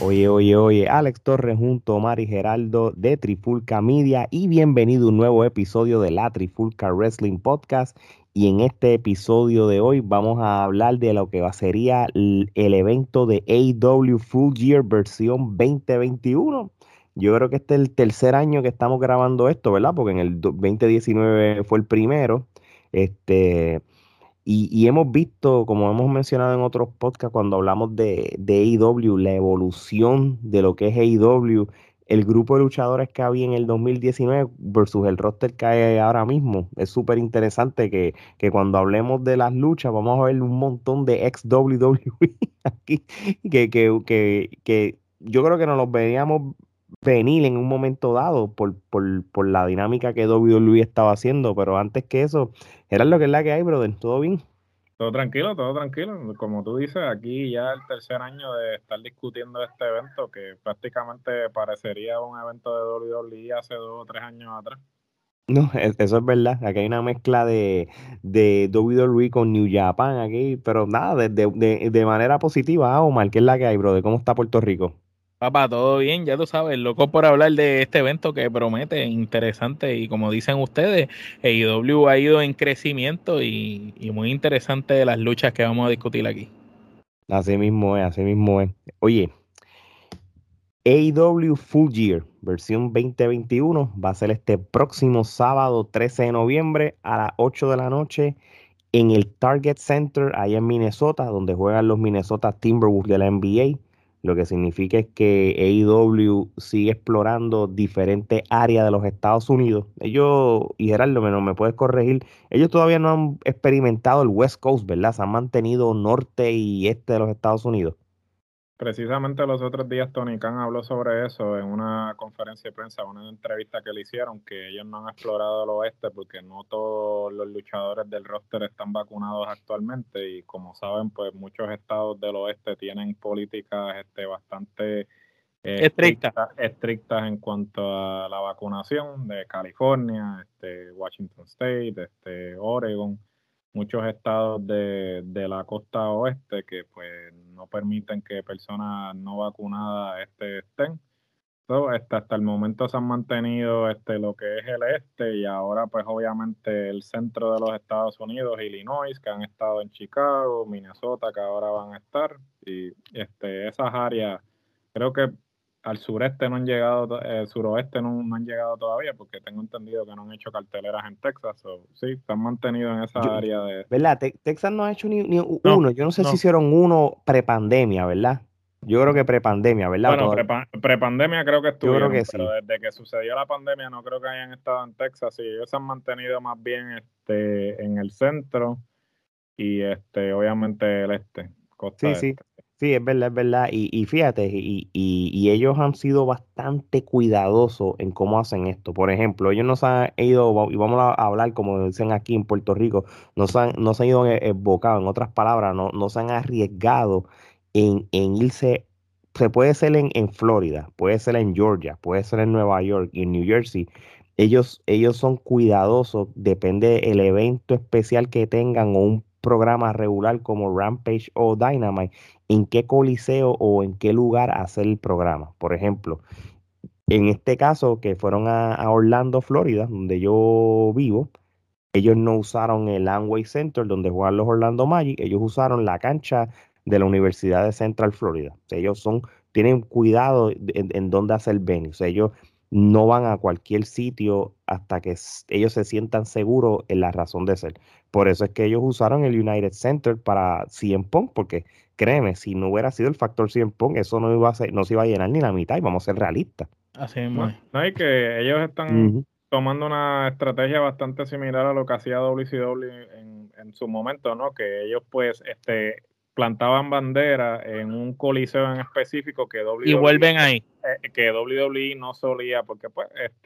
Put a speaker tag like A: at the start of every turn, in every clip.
A: Oye, Alex Torres junto a Omar y Geraldo de Trifulca Media y bienvenido a un nuevo episodio de la Trifulca Wrestling Podcast. Y en este episodio de hoy vamos a hablar de lo que sería el evento de AEW Full Gear versión 2021. Yo creo que este es el tercer año que estamos grabando esto, ¿verdad? Porque en el 2019 fue el primero. Este, y hemos visto, como hemos mencionado en otros podcasts, cuando hablamos de AEW, la evolución de lo que es AEW, el grupo de luchadores que había en el 2019 versus el roster que hay ahora mismo. Es súper interesante que cuando hablemos de las luchas, vamos a ver un montón de ex WWE aquí, que yo creo que nos los veíamos venir en un momento dado por la dinámica que WWE estaba haciendo, pero antes que eso. Era lo que es la que hay, brother. ¿Todo bien?
B: Todo tranquilo, todo tranquilo. Como tú dices, aquí ya el tercer año de estar discutiendo este evento que prácticamente parecería un evento de WWE hace 2 o 3 años atrás.
A: No, eso es verdad. Aquí hay una mezcla de WWE con New Japan aquí, pero nada, de manera positiva, Omar, ¿qué es la que hay, brother? ¿Cómo está Puerto Rico?
C: Papá, todo bien, ya tú sabes, loco por hablar de este evento que promete, interesante y como dicen ustedes, AEW ha ido en crecimiento y muy interesante las luchas que vamos a discutir aquí.
A: Así mismo es, así mismo es. Oye, AEW Full Gear, versión 2021, va a ser este próximo sábado 13 de noviembre a las 8 de la noche en el Target Center, allá en Minnesota, donde juegan los Minnesota Timberwolves de la NBA. Lo que significa es que AEW sigue explorando diferentes áreas de los Estados Unidos. Ellos, y Gerardo, me puedes corregir, ellos todavía no han experimentado el West Coast, ¿verdad? Se han mantenido norte y este de los Estados Unidos.
B: Precisamente los otros días Tony Khan habló sobre eso en una conferencia de prensa, una entrevista que le hicieron, que ellos no han explorado el oeste porque no todos los luchadores del roster están vacunados actualmente y como saben, pues muchos estados del oeste tienen políticas bastante
C: Estricta.
B: estrictas en cuanto a la vacunación de California, Washington State, Oregon, muchos estados de la costa oeste que pues no permiten que personas no vacunadas estén. So, hasta el momento se han mantenido lo que es el este y ahora pues obviamente el centro de los Estados Unidos, Illinois, que han estado en Chicago, Minnesota, que ahora van a estar y esas áreas, creo que al sureste no han llegado, suroeste no han llegado todavía porque tengo entendido que no han hecho carteleras en Texas, so, sí, se han mantenido en
A: Yo,
B: esa área de...
A: ¿Verdad? Texas no ha hecho ni
B: No,
A: uno. Yo no sé si
B: no.
A: hicieron uno prepandemia, ¿verdad? Yo creo que prepandemia, ¿verdad?
B: Bueno, prepandemia creo que
A: Yo creo
B: estuvieron,
A: que
B: pero
A: sí.
B: desde que sucedió la pandemia no creo que hayan estado en Texas y ellos se han mantenido más bien en el centro y obviamente el
A: Sí,
B: costa
A: sí,
B: este.
A: sí, es verdad, es verdad. Y fíjate, y ellos han sido bastante cuidadosos en cómo hacen esto. Por ejemplo, ellos no se han ido, y vamos a hablar como dicen aquí en Puerto Rico, no se han ido embocado, en otras palabras, no se han arriesgado en irse. Se puede ser en Florida, puede ser en Georgia, puede ser en Nueva York y en New Jersey. Ellos son cuidadosos, depende del evento especial que tengan o un programa regular como Rampage o Dynamite, en qué coliseo o en qué lugar hacer el programa. Por ejemplo, en este caso que fueron a Orlando, Florida, donde yo vivo, ellos no usaron el Amway Center donde juegan los Orlando Magic, ellos usaron la cancha de la Universidad de Central Florida. O sea, tienen cuidado en dónde hacer venue. O sea, ellos no van a cualquier sitio hasta que ellos se sientan seguros en la razón de ser. Por eso es que ellos usaron el United Center para CM Punk, porque créeme, si no hubiera sido el factor CM Punk, eso no se iba a llenar ni la mitad, y vamos a ser realistas.
C: Así mismo
B: No,
C: es.
B: no, y que ellos están
A: Ujú.
B: tomando una estrategia bastante similar a lo que hacía WCW en su momento, ¿no? Que ellos pues plantaban bandera en un coliseo en específico
C: Y vuelven ahí.
B: Que WWE no solía, porque pues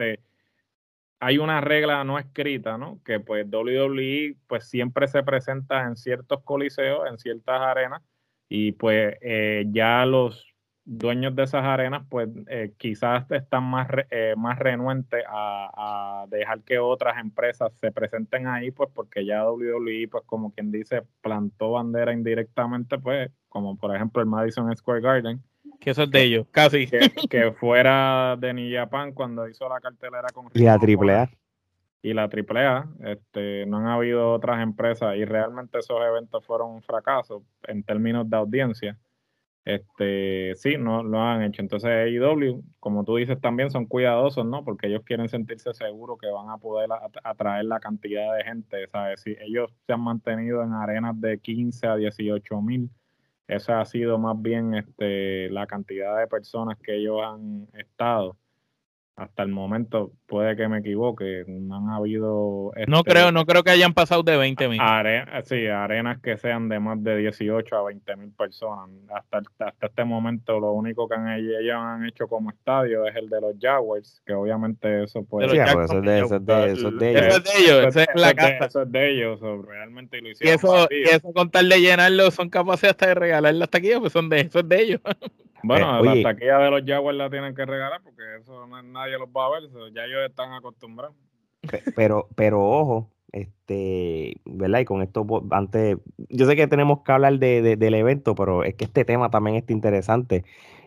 B: hay una regla no escrita, ¿no? Que pues WWE pues siempre se presenta en ciertos coliseos, en ciertas arenas, y pues ya los dueños de esas arenas pues quizás están más renuentes a dejar que otras empresas se presenten ahí, pues porque ya WWE pues como quien dice plantó bandera indirectamente, pues como por ejemplo el Madison Square Garden
C: Que eso es de ellos, casi.
B: Que fuera de New Japan cuando hizo la cartelera con
A: Y la AAA.
B: Y la AAA, no han habido otras empresas y realmente esos eventos fueron un fracaso en términos de audiencia. Sí, no lo han hecho. Entonces AEW, como tú dices también, son cuidadosos, ¿no? Porque ellos quieren sentirse seguros que van a poder atraer la cantidad de gente, ¿sabes? Si ellos se han mantenido en arenas de 15 a 18 mil, esa ha sido más bien la cantidad de personas que ellos han estado. Hasta el momento, puede que me equivoque, no han habido...
C: No creo que hayan pasado de 20,000.
B: Sí, arenas que sean de más de 18 a 20 mil personas. Hasta este momento, lo único que ellos han hecho como estadio es el de los Jaguars, que obviamente eso puede...
A: Sí, pues eso es de ellos.
C: Eso es de ellos, esa es la casa.
B: Eso es de ellos, realmente lo
C: Y
B: hicieron.
C: eso con tal de llenarlo, son capaces hasta de regalar las taquillas, pues eso es de ellos.
B: Bueno, las taquillas de los Jaguars la tienen que regalar porque eso nadie los va a ver, ya ellos están acostumbrados.
A: Pero ojo, ¿verdad? Y con esto, antes, yo sé que tenemos que hablar del evento, pero es que este tema también está interesante.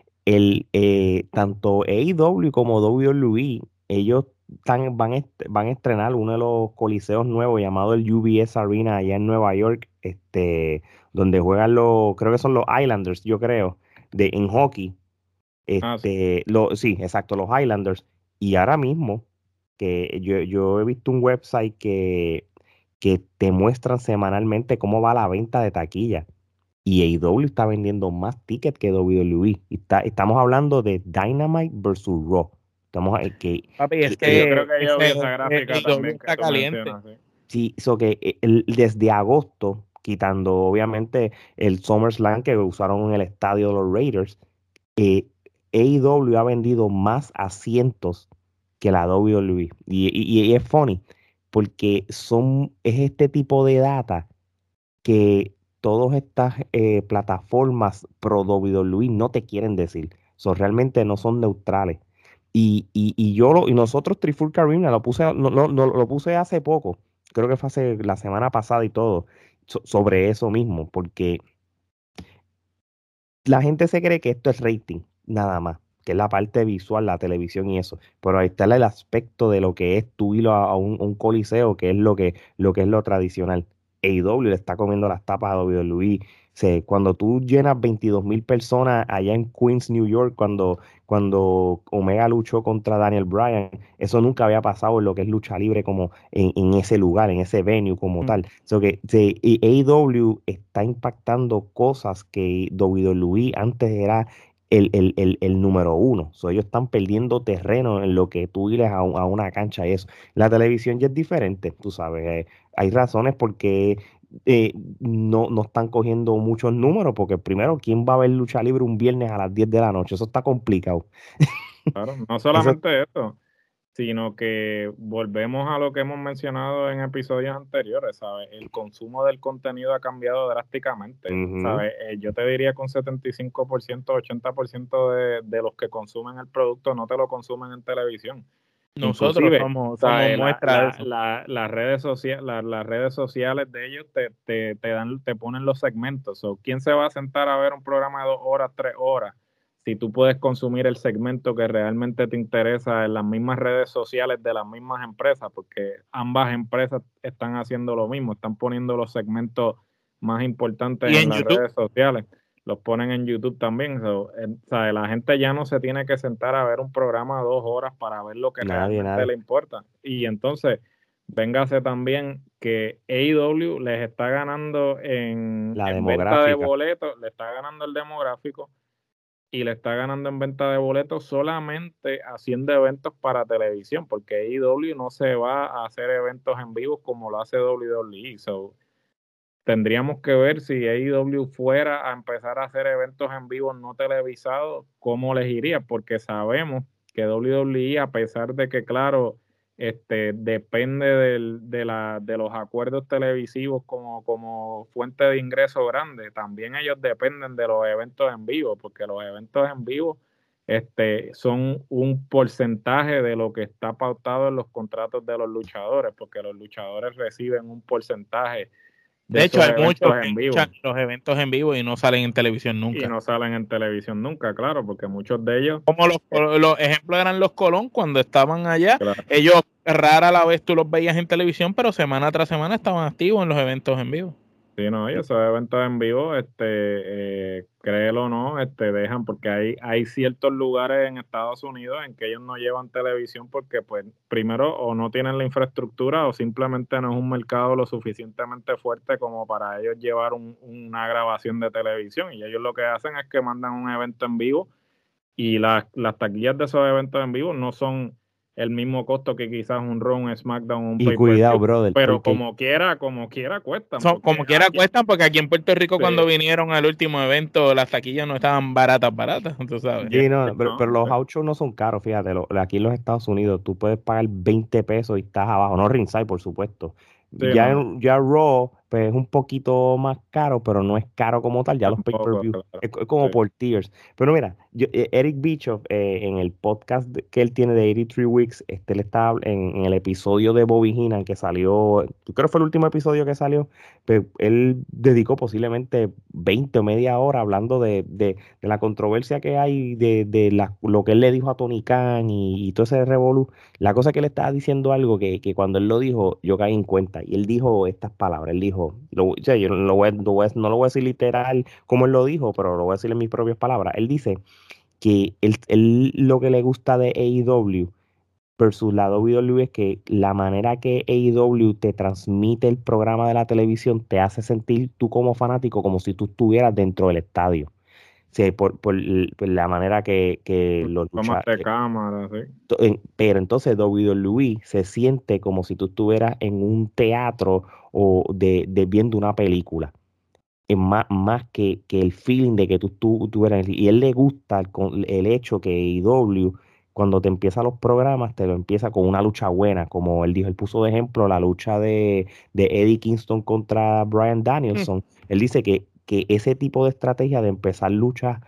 A: Tanto AEW como WWE, ellos van a estrenar uno de los coliseos nuevos llamado el UBS Arena allá en Nueva York, donde juegan creo que son los Islanders, yo creo, en hockey. Sí, exacto, los Highlanders. Y ahora mismo, que yo he visto un website que te muestran semanalmente cómo va la venta de taquilla. Y AEW está vendiendo más tickets que WWE. Estamos hablando de Dynamite versus Raw.
C: Papi, es
B: yo creo que yo vi esa gráfica también que
C: está
B: tú
C: caliente.
B: mencionas.
A: Sí, desde agosto, quitando obviamente el SummerSlam que usaron en el estadio de los Raiders, AEW ha vendido más asientos que la WWE. Y es funny, porque es este tipo de data que todas estas plataformas pro WWE no te quieren decir. Realmente no son neutrales. Y nosotros Trifulca Arena lo puse hace poco, creo que fue hace la semana pasada y todo, sobre eso mismo, porque la gente se cree que esto es rating, nada más, que es la parte visual, la televisión y eso. Pero ahí está el aspecto de lo que es tú ir a un coliseo, que es lo que es lo tradicional. AEW le está comiendo las tapas a WWE. Cuando tú llenas 22,000 personas allá en Queens, New York, cuando Omega luchó contra Daniel Bryan, eso nunca había pasado en lo que es lucha libre como en ese lugar, en ese venue como tal. Y AEW está impactando cosas que WWE antes era el número uno. Ellos están perdiendo terreno en lo que tú ir a una cancha y eso. La televisión ya es diferente, tú sabes. Hay razones porque no están cogiendo muchos números, porque primero, ¿quién va a ver lucha libre un viernes a las 10 de la noche? Eso está complicado.
B: Claro, no solamente eso, sino que volvemos a lo que hemos mencionado en episodios anteriores, ¿sabes? El consumo del contenido ha cambiado drásticamente, ¿sabes? Yo te diría que un 75%, 80% de los que consumen el producto no te lo consumen en televisión.
C: Nosotros somos muestra de eso.
B: Las redes sociales de ellos te ponen los segmentos. ¿Quién se va a sentar a ver un programa de 2 horas, 3 horas? Si tú puedes consumir el segmento que realmente te interesa en las mismas redes sociales de las mismas empresas, porque ambas empresas están haciendo lo mismo, están poniendo los segmentos más importantes en las redes sociales, los ponen en YouTube también. ¿Sabe? La gente ya no se tiene que sentar a ver un programa de 2 horas para ver lo que realmente le importa. Y entonces, véngase también que AEW les está ganando en venta de boletos, le está ganando el demográfico y le está ganando en venta de boletos solamente haciendo eventos para televisión, porque AEW no se va a hacer eventos en vivo como lo hace WWE. Tendríamos que ver si AEW fuera a empezar a hacer eventos en vivo no televisados, cómo les iría, porque sabemos que WWE, a pesar de que, claro, depende de los acuerdos televisivos como fuente de ingreso grande, también ellos dependen de los eventos en vivo, porque los eventos en vivo son un porcentaje de lo que está pautado en los contratos de los luchadores, porque los luchadores reciben un porcentaje
C: De hecho, hay muchos que
B: en vivo.
C: Los eventos en vivo y no salen en televisión nunca.
B: Y no salen en televisión nunca, claro, porque muchos de ellos...
C: Como los ejemplos eran los Colón cuando estaban allá.
B: Claro.
C: Ellos rara la vez tú los veías en televisión, pero semana tras semana estaban activos en los eventos en vivo.
B: Sí, no, y esos eventos en vivo, créelo o no, dejan, porque hay ciertos lugares en Estados Unidos en que ellos no llevan televisión porque, pues, primero, o no tienen la infraestructura o simplemente no es un mercado lo suficientemente fuerte como para ellos llevar una grabación de televisión. Y ellos lo que hacen es que mandan un evento en vivo y las taquillas de esos eventos en vivo no son el mismo costo que quizás un Raw, un SmackDown, un
A: Y cuidado,
B: pay-per-view,
A: brother,
B: pero
A: porque
B: como quiera cuestan.
C: Como quiera cuestan, porque aquí en Puerto Rico
B: Sí.
C: cuando vinieron al último evento las taquillas no estaban baratas, tú sabes.
A: sí, no, pero los house shows no son caros, fíjate, aquí en los Estados Unidos tú puedes pagar 20 pesos y estás abajo, no ringside, por supuesto.
B: Sí,
A: ya,
B: no.
A: ya Raw pues, es un poquito más caro, pero no es caro como tal, ya los
B: Tampoco,
A: pay-per-view
B: claro.
A: es como
B: Sí.
A: por tiers. Pero mira, Eric Bischoff, en el podcast que él tiene de 83 Weeks, le está en el episodio de Bobby Heenan que salió, creo que fue el último episodio que salió, pues, él dedicó posiblemente 20 o media hora hablando de la controversia que hay, lo que él le dijo a Tony Khan y todo ese revolú. La cosa que él estaba diciendo algo que cuando él lo dijo, yo caí en cuenta. Y él dijo estas palabras. Él dijo, o sea, yo no no lo voy a decir literal como él lo dijo, pero lo voy a decir en mis propias palabras. Él dice que él lo que le gusta de AEW versus la WWE es que la manera que AEW te transmite el programa de la televisión te hace sentir tú como fanático como si tú estuvieras dentro del estadio. Sí, por la manera que los
B: Tomas de cámara, sí.
A: pero entonces WWE se siente como si tú estuvieras en un teatro o de viendo una película. Es más que el feeling de que tú eres. Y a él le gusta el hecho que AEW, cuando te empieza los programas, te lo empieza con una lucha buena. Como él dijo, él puso de ejemplo la lucha de Eddie Kingston contra Bryan Danielson. Él dice que ese tipo de estrategia de empezar luchas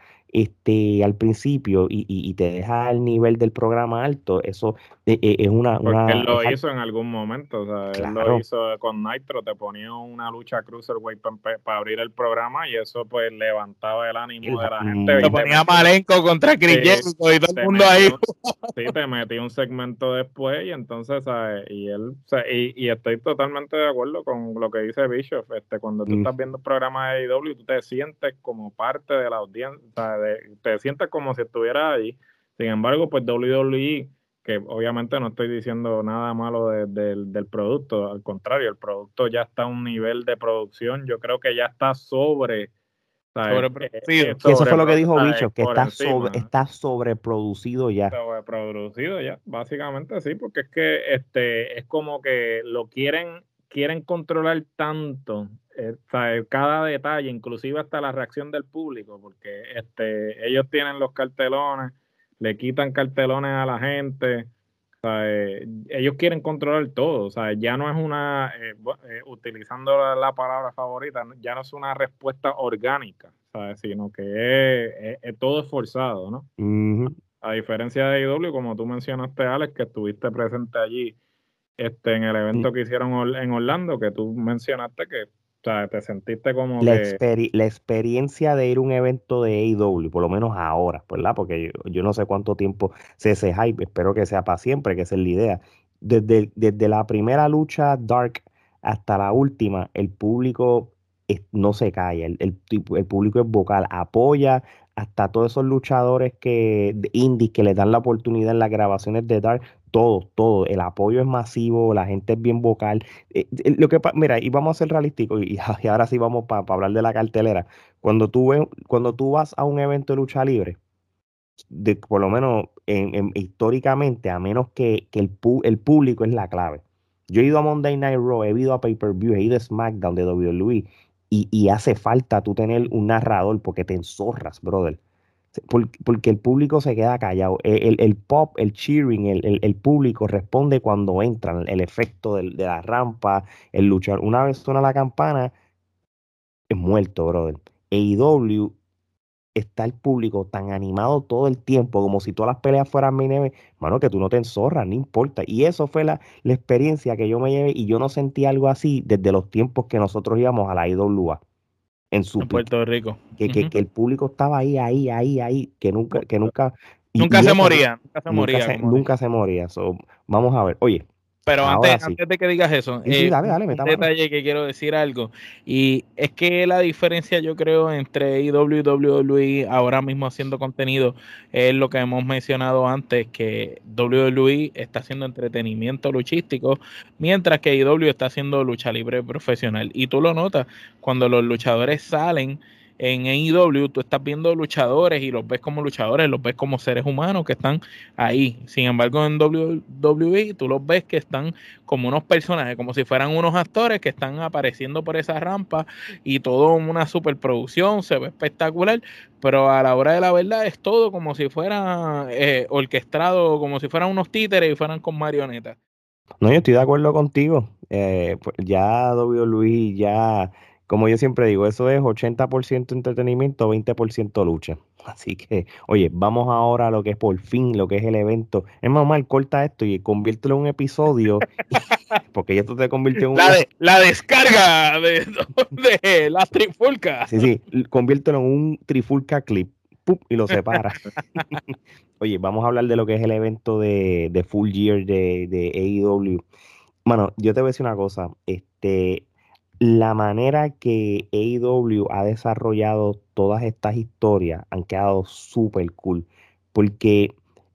A: al principio y te deja al nivel del programa alto, eso es
B: Porque él lo hizo en algún momento, o sea, él lo
A: claro.
B: hizo con Nitro, te ponía una lucha cruiserweight para abrir el programa y eso pues levantaba el ánimo de la gente.
C: Te ponía Malenko contra Chris Jericho y todo el mundo ahí.
B: Sí, te metí un segmento después y entonces, ¿sabes? Y él, y estoy totalmente de acuerdo con lo que dice Bischoff, cuando tú estás viendo programas de AEW, tú te sientes como parte de la audiencia, o sea, te sientes como si estuvieras ahí. Sin embargo, pues WWE, que obviamente no estoy diciendo nada malo del producto, al contrario, el producto ya está a un nivel de producción, yo creo que ya está
C: sobreproducido.
A: Que eso fue lo que dijo Bicho, que
B: está
A: sobreproducido ya.
B: Sobreproducido ya, básicamente sí, porque es que es como que lo quieren controlar tanto, cada detalle, inclusive hasta la reacción del público, porque ellos tienen los cartelones, le quitan cartelones a la gente. Ellos quieren controlar todo, o sea, ya no es utilizando la palabra favorita, ya no es una respuesta orgánica, ¿sabes? Sino que todo es forzado, ¿no?
A: Uh-huh.
B: A diferencia de AEW, como tú mencionaste, Alex, que estuviste presente allí en el evento que hicieron en Orlando, que tú mencionaste que, o sea, te sentiste como
A: la experiencia de ir a un evento de AEW, por lo menos ahora, ¿verdad? Porque yo no sé cuánto tiempo ese hype, espero que sea para siempre, que esa es la idea. Desde la primera lucha Dark hasta la última, el público no se calla, el público es vocal, apoya hasta todos esos luchadores indies que le dan la oportunidad en las grabaciones de Dark, todo, el apoyo es masivo, la gente es bien vocal. Mira, y vamos a ser realísticos, y ahora sí vamos para hablar de la cartelera. Cuando tú vas a un evento de lucha libre, por lo menos históricamente, a menos que el público es la clave. Yo he ido a Monday Night Raw, he ido a Pay-Per-View, he ido a SmackDown de WWE, y hace falta tú tener un narrador porque te enzorras, brother. Porque el público se queda callado. El pop, el cheering, el público responde cuando entran, el efecto de la rampa, el luchar. Una vez suena la campana, es muerto, brother. AEW está el público tan animado todo el tiempo, como si todas las peleas fueran main event, mano, que tú no te enzorras, no importa. Y eso fue la experiencia que yo me llevé y yo no sentí algo así desde los tiempos que nosotros íbamos a la IWA en su
C: En
A: peak,
C: Puerto Rico.
A: que el público estaba ahí, que nunca,
C: Nunca se
A: eso
C: moría, como
A: nunca se moría. So, vamos a ver, oye,
C: Pero
A: ahora sí.
C: antes de que digas eso,
A: Sí, dale,
C: un
A: meta mano.
C: detalle que quiero decir algo. Y es que la diferencia, yo creo, entre AEW y WWE ahora mismo haciendo contenido es lo que hemos mencionado antes, que WWE está haciendo entretenimiento luchístico, mientras que AEW está haciendo lucha libre profesional. Y tú lo notas, cuando los luchadores salen en AEW, tú estás viendo luchadores y los ves como luchadores, los ves como seres humanos que están ahí. Sin embargo, en WWE tú los ves que están como unos personajes, como si fueran unos actores que están apareciendo por esa rampa y todo una superproducción, se ve espectacular, pero a la hora de la verdad es todo como si fuera orquestado, como si fueran unos títeres y fueran con marionetas.
A: No, yo estoy de acuerdo contigo. Pues ya WWE, ya, como yo siempre digo, eso es 80% entretenimiento, 20% lucha. Así que, oye, vamos ahora a lo que es por fin, lo que es el evento. Es más mal, corta esto y conviértelo en un episodio, porque ya esto te convirtió en
C: La descarga de las trifulcas.
A: Sí, conviértelo en un trifulca clip, ¡pum! Y lo separa. Oye, vamos a hablar de lo que es el evento de Full Gear de AEW. Mano, yo te voy a decir una cosa, la manera que AEW ha desarrollado todas estas historias han quedado súper cool, porque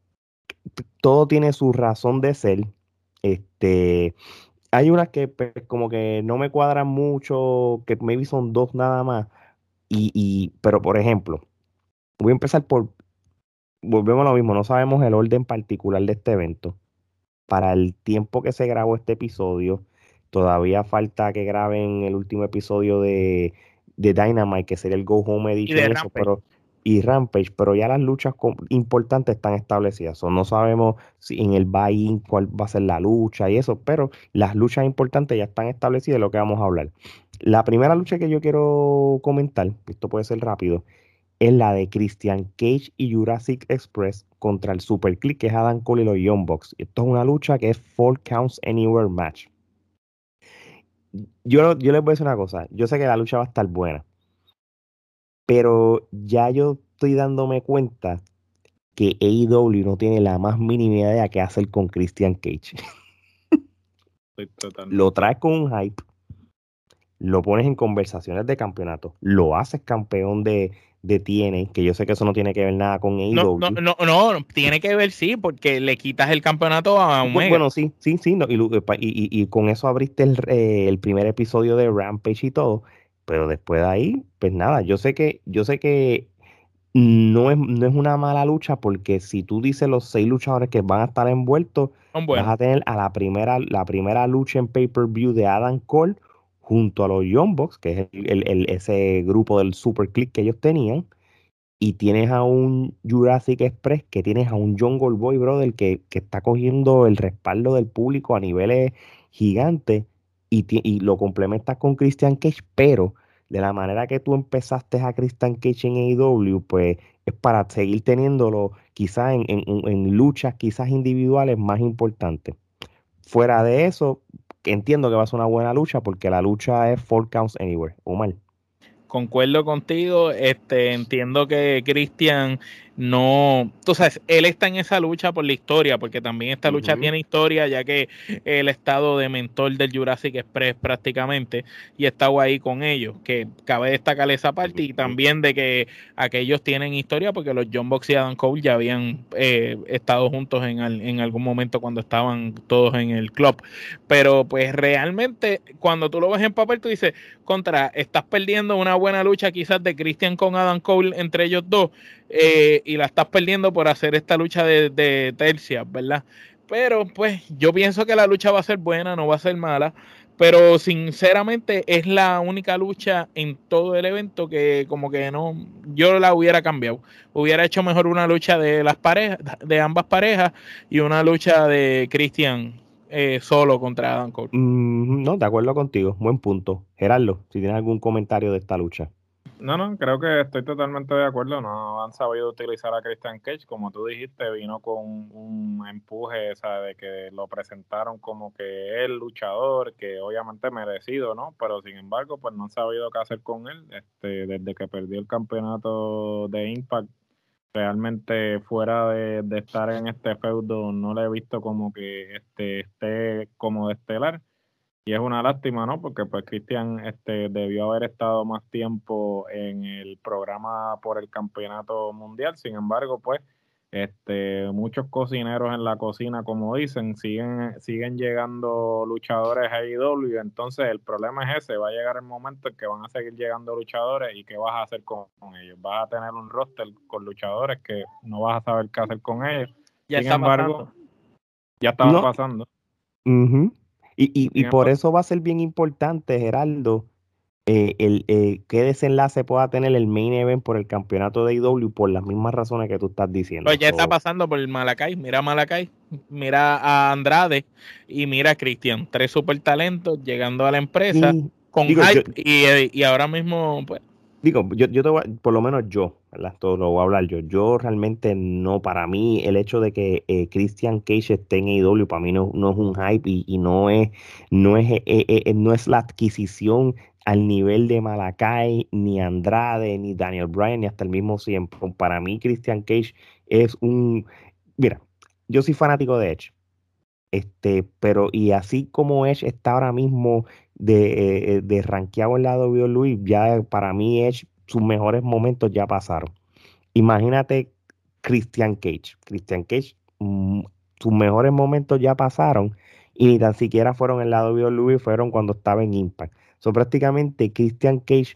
A: todo tiene su razón de ser. Este, Hay unas que pues, como que no me cuadran mucho, que maybe son dos nada más, pero por ejemplo, voy a empezar volvemos a lo mismo, no sabemos el orden particular de este evento. Para el tiempo que se grabó este episodio, todavía falta que graben el último episodio de Dynamite, que sería el Go Home Edition
C: de
A: y eso,
C: Rampage.
A: y Rampage, pero ya las luchas importantes están establecidas. No sabemos si en el buy-in cuál va a ser la lucha y eso, pero las luchas importantes ya están establecidas de lo que vamos a hablar. La primera lucha que yo quiero comentar, esto puede ser rápido, es la de Christian Cage y Jurassic Express contra el Super Click, que es Adam Cole y los Young Bucks. Esto es una lucha que es Four Counts Anywhere Match. Yo les voy a decir una cosa, yo sé que la lucha va a estar buena, pero ya yo estoy dándome cuenta que AEW no tiene la más mínima idea qué hacer con Christian Cage. Lo traes con un hype, lo pones en conversaciones de campeonato, lo haces campeón de TNA, que yo sé que eso no tiene que ver nada con AEW.
C: No, tiene que ver, sí, porque le quitas el campeonato a Omega.
A: Bueno, sí, no, y con eso abriste el primer episodio de Rampage y todo, pero después de ahí, pues nada, yo sé que no es una mala lucha, porque si tú dices los 6 luchadores que van a estar envueltos,
C: Son
A: vas
C: buenos.
A: a tener a la primera lucha en pay-per-view de Adam Cole junto a los Young Bucks, que es ese grupo del Super Click que ellos tenían. Y tienes a un Jurassic Express, que tienes a un Jungle Boy, brother, que está cogiendo el respaldo del público a niveles gigantes, y lo complementas con Christian Cage, pero de la manera que tú empezaste a Christian Cage en AEW, pues es para seguir teniéndolo quizás en luchas quizás individuales más importantes. Fuera de eso, entiendo que va a ser una buena lucha, porque la lucha es Four Counts Anywhere, Omar.
C: Concuerdo contigo, entiendo que Christian no, tú sabes, él está en esa lucha por la historia, porque también esta lucha tiene historia, ya que él ha estado de mentor del Jurassic Express prácticamente y ha estado ahí con ellos, que cabe destacar esa parte, y también de que aquellos tienen historia, porque los John Box y Adam Cole ya habían estado juntos en algún momento cuando estaban todos en el club, pero pues realmente cuando tú lo ves en papel, tú dices, estás perdiendo una buena lucha quizás de Christian con Adam Cole entre ellos dos, y la estás perdiendo por hacer esta lucha de tercias, ¿verdad? Pero pues yo pienso que la lucha va a ser buena, no va a ser mala, pero sinceramente es la única lucha en todo el evento que como que no, yo la hubiera cambiado, hubiera hecho mejor una lucha de las parejas, de ambas parejas, y una lucha de Christian solo contra Adam Cole.
A: No, de acuerdo contigo, buen punto. Gerardo, si tienes algún comentario de esta lucha.
B: No, creo que estoy totalmente de acuerdo. No han sabido utilizar a Christian Cage. Como tú dijiste, vino con un empuje, o sea, de que lo presentaron como que el luchador, que obviamente merecido, ¿no? Pero sin embargo, pues no han sabido qué hacer con él. Desde que perdió el campeonato de Impact, realmente fuera de estar en este feudo, no le he visto como que esté como de estelar. Y es una lástima, ¿no? Porque pues Cristian debió haber estado más tiempo en el programa por el campeonato mundial. Sin embargo, pues muchos cocineros en la cocina, como dicen, siguen llegando luchadores a AEW. Entonces el problema es ese, va a llegar el momento en que van a seguir llegando luchadores y qué vas a hacer con ellos. Vas a tener un roster con luchadores que no vas a saber qué hacer con ellos.
C: Ya
B: Sin
C: está
B: embargo,
C: pasando.
B: ya estaba
A: No,
B: pasando.
A: ujú. Y
B: Sin
A: por
B: embargo,
A: eso va a ser bien importante, Geraldo, qué desenlace pueda tener el main event por el campeonato de AEW por las mismas razones que tú estás
C: Pues
A: diciendo.
C: ya está
A: So,
C: pasando por Malacay. Mira a Malacay, mira a Andrade y mira a Cristian. 3 super talentos llegando a la empresa
A: y
C: con
A: digo,
C: hype y ahora mismo, pues,
A: yo te voy por lo menos yo, ¿verdad? Esto lo voy a hablar yo. Yo realmente no, para mí, el hecho de que Christian Cage esté en AEW, para mí no es un hype y no es la adquisición al nivel de Malakai, ni Andrade, ni Daniel Bryan, ni hasta el mismo tiempo. Para mí, Christian Cage es un. Mira, yo soy fanático de Edge. Pero y así como Edge está ahora mismo de rankeado en la WWE, ya para mí Edge, sus mejores momentos ya pasaron. Imagínate Christian Cage. Christian Cage, sus mejores momentos ya pasaron y ni tan siquiera fueron en la WWE, fueron cuando estaba en Impact. So, prácticamente Christian Cage,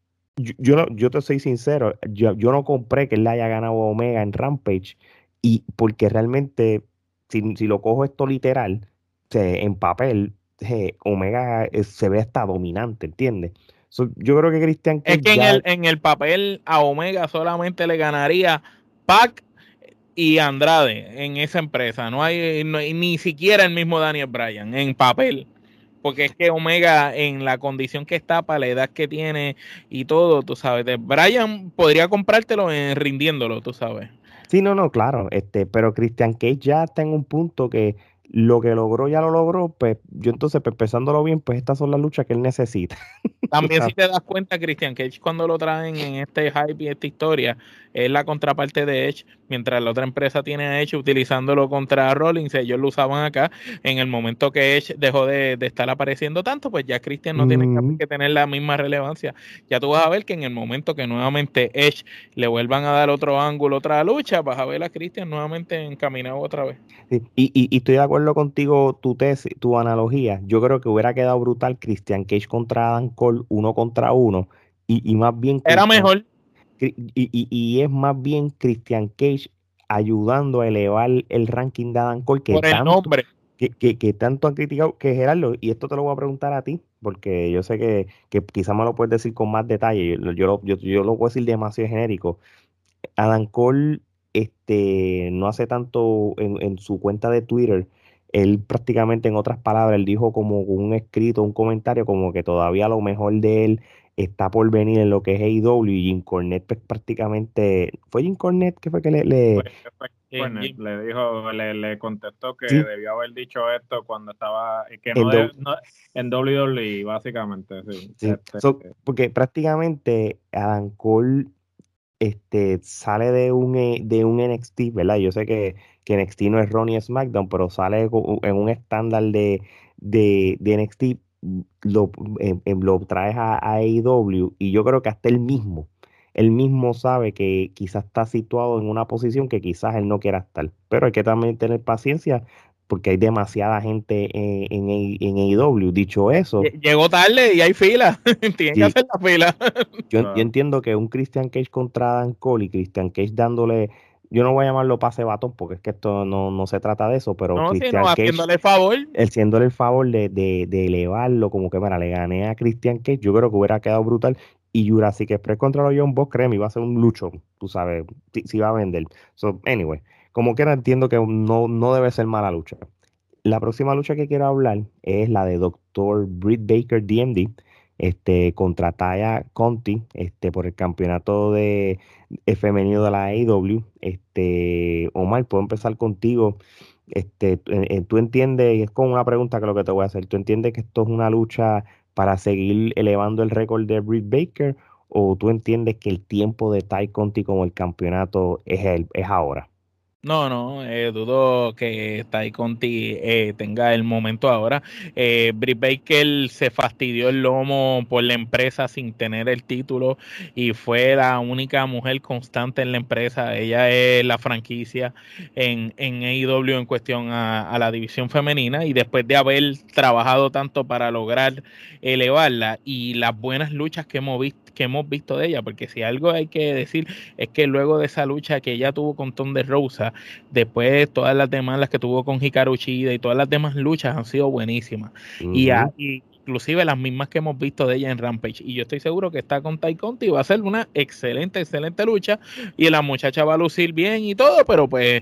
A: yo te soy sincero, yo no compré que él le haya ganado a Omega en Rampage y porque realmente, si lo cojo esto literal, en papel, Omega se ve hasta dominante, ¿entiendes? So, yo creo que Christian
C: es
A: Cage
C: que
A: ya.
C: en el papel a Omega solamente le ganaría Pac y Andrade en esa empresa. Ni siquiera el mismo Daniel Bryan en papel. Porque es que Omega, en la condición que está, para la edad que tiene y todo, tú sabes, de Bryan podría comprártelo rindiéndolo, tú sabes.
A: Sí, no, claro, pero Christian Cage ya está en un punto que lo que logró ya lo logró, pues yo entonces, pues, pensándolo bien, pues estas son las luchas que él necesita. Tú
C: También si
A: sabes.
C: te das cuenta, Christian Cage cuando lo traen en este hype y esta historia, es la contraparte de Edge, mientras la otra empresa tiene a Edge utilizándolo contra Rollins, ellos lo usaban acá, en el momento que Edge dejó de estar apareciendo tanto, pues ya Christian no tiene
A: Mm,
C: que tener la misma relevancia. Ya tú vas a ver que en el momento que nuevamente Edge le vuelvan a dar otro ángulo, otra lucha, vas a ver a Christian nuevamente encaminado otra vez.
A: sí. Y estoy de acuerdo contigo, tu tesis, tu analogía. Yo creo que hubiera quedado brutal Christian Cage contra Adam Cole, uno contra uno, y más bien
C: Era
A: Christian,
C: mejor
A: y es más bien Christian Cage ayudando a elevar el ranking de Adam Cole
C: por el nombre.
A: que tanto han criticado que Gerardo, y esto te lo voy a preguntar a ti, porque yo sé que quizás me lo puedes decir con más detalle, yo lo puedo decir demasiado genérico. Adam Cole, no hace tanto en su cuenta de Twitter, él prácticamente, en otras palabras, él dijo como un escrito, un comentario, como que todavía lo mejor de él está por venir en lo que es AEW, y Jim Cornette, pues, prácticamente, ¿fue Jim Cornette que fue que
B: Pues, Cornette le dijo, le contestó que
A: sí,
B: debió haber dicho esto cuando estaba, que
A: en
B: en WWE, básicamente, sí.
A: sí. Porque prácticamente Adam Cole sale de un NXT, ¿verdad? Yo sé que NXT no es Ronnie SmackDown, pero sale en un estándar de NXT, lo, lo traes a AEW, y yo creo que hasta él mismo sabe que quizás está situado en una posición que quizás él no quiera estar, pero hay que también tener paciencia porque hay demasiada gente en AEW. Dicho eso,
C: Llegó tarde y hay fila. Tienen que
A: sí,
C: hacer la fila.
A: yo entiendo que un Christian Cage contra Dan Cole y Christian Cage dándole, yo no voy a llamarlo pase batón porque es que esto no se trata de eso, pero
C: No, sino
A: Christian Cage,
C: haciéndole favor.
A: él haciéndole el favor de elevarlo, como que, mira, le gané a Christian Cage, yo creo que hubiera quedado brutal. Y Jurassic Express contra los Young Bucks, créeme, iba a ser un luchón, tú sabes, si va a vender. So, anyway, como quiera, entiendo que no debe ser mala lucha. La próxima lucha que quiero hablar es la de Doctor Britt Baker, DMD, contra Taya Conti, por el campeonato femenino de la AEW. Omar, puedo empezar contigo. Tú entiendes, y es como una pregunta que lo que te voy a hacer, ¿tú entiendes que esto es una lucha para seguir elevando el récord de Britt Baker, o tú entiendes que el tiempo de Ty Conti como el campeonato es ahora?
C: No, dudo que Ty Conti tenga el momento ahora. Britt Baker se fastidió el lomo por la empresa sin tener el título y fue la única mujer constante en la empresa. Ella es la franquicia en AEW en cuestión a la división femenina, y después de haber trabajado tanto para lograr elevarla y las buenas luchas que hemos visto de ella, porque si algo hay que decir es que luego de esa lucha que ella tuvo con Thunder Rosa, después todas las demás, las que tuvo con Hikaru Shida y todas las demás luchas han sido buenísimas. Y inclusive las mismas que hemos visto de ella en Rampage. Y yo estoy seguro que está con Ty Conti y va a ser una excelente lucha. Y la muchacha va a lucir bien y todo, pero pues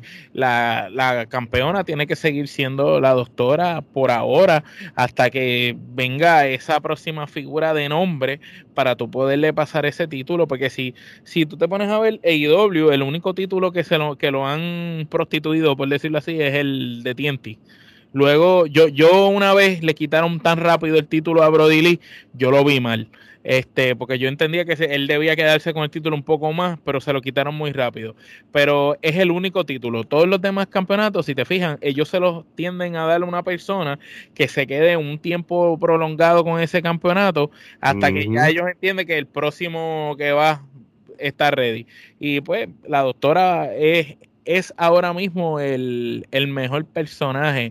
C: la campeona tiene que seguir siendo la doctora por ahora, hasta que venga esa próxima figura de nombre para tú poderle pasar ese título, porque si tú te pones a ver AEW, el único título que lo han prostituido, por decirlo así, es el de TNT. Luego, yo una vez le quitaron tan rápido el título a Brody Lee, yo lo vi mal. Porque yo entendía que él debía quedarse con el título un poco más, pero se lo quitaron muy rápido. Pero es el único título. Todos los demás campeonatos, si te fijan, ellos se los tienden a darle a una persona que se quede un tiempo prolongado con ese campeonato hasta que ya ellos entienden que el próximo que va está ready. Y pues la doctora es ahora mismo el mejor personaje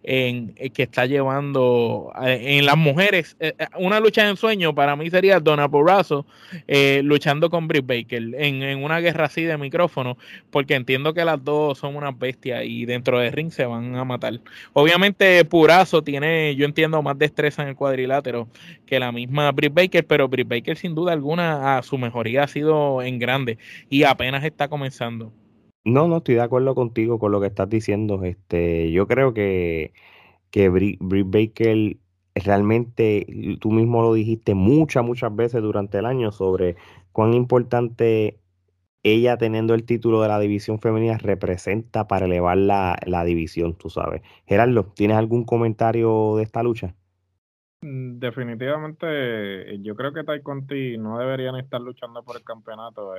C: que está llevando en las mujeres. Una lucha de ensueño para mí sería Donna Purrazzo luchando con Britt Baker en una guerra así de micrófono, porque entiendo que las dos son unas bestias y dentro del ring se van a matar. Obviamente Purrazzo tiene, yo entiendo, más destreza en el cuadrilátero que la misma Britt Baker, pero Britt Baker sin duda alguna su mejoría ha sido en grande y apenas está comenzando.
A: No, estoy de acuerdo contigo con lo que estás diciendo. Yo creo que Britt Baker realmente, tú mismo lo dijiste muchas veces durante el año sobre cuán importante ella teniendo el título de la división femenina representa para elevar la división, tú sabes. Gerardo, ¿tienes algún comentario de esta lucha?
B: Definitivamente, yo creo que Ty Conti no deberían estar luchando por el campeonato.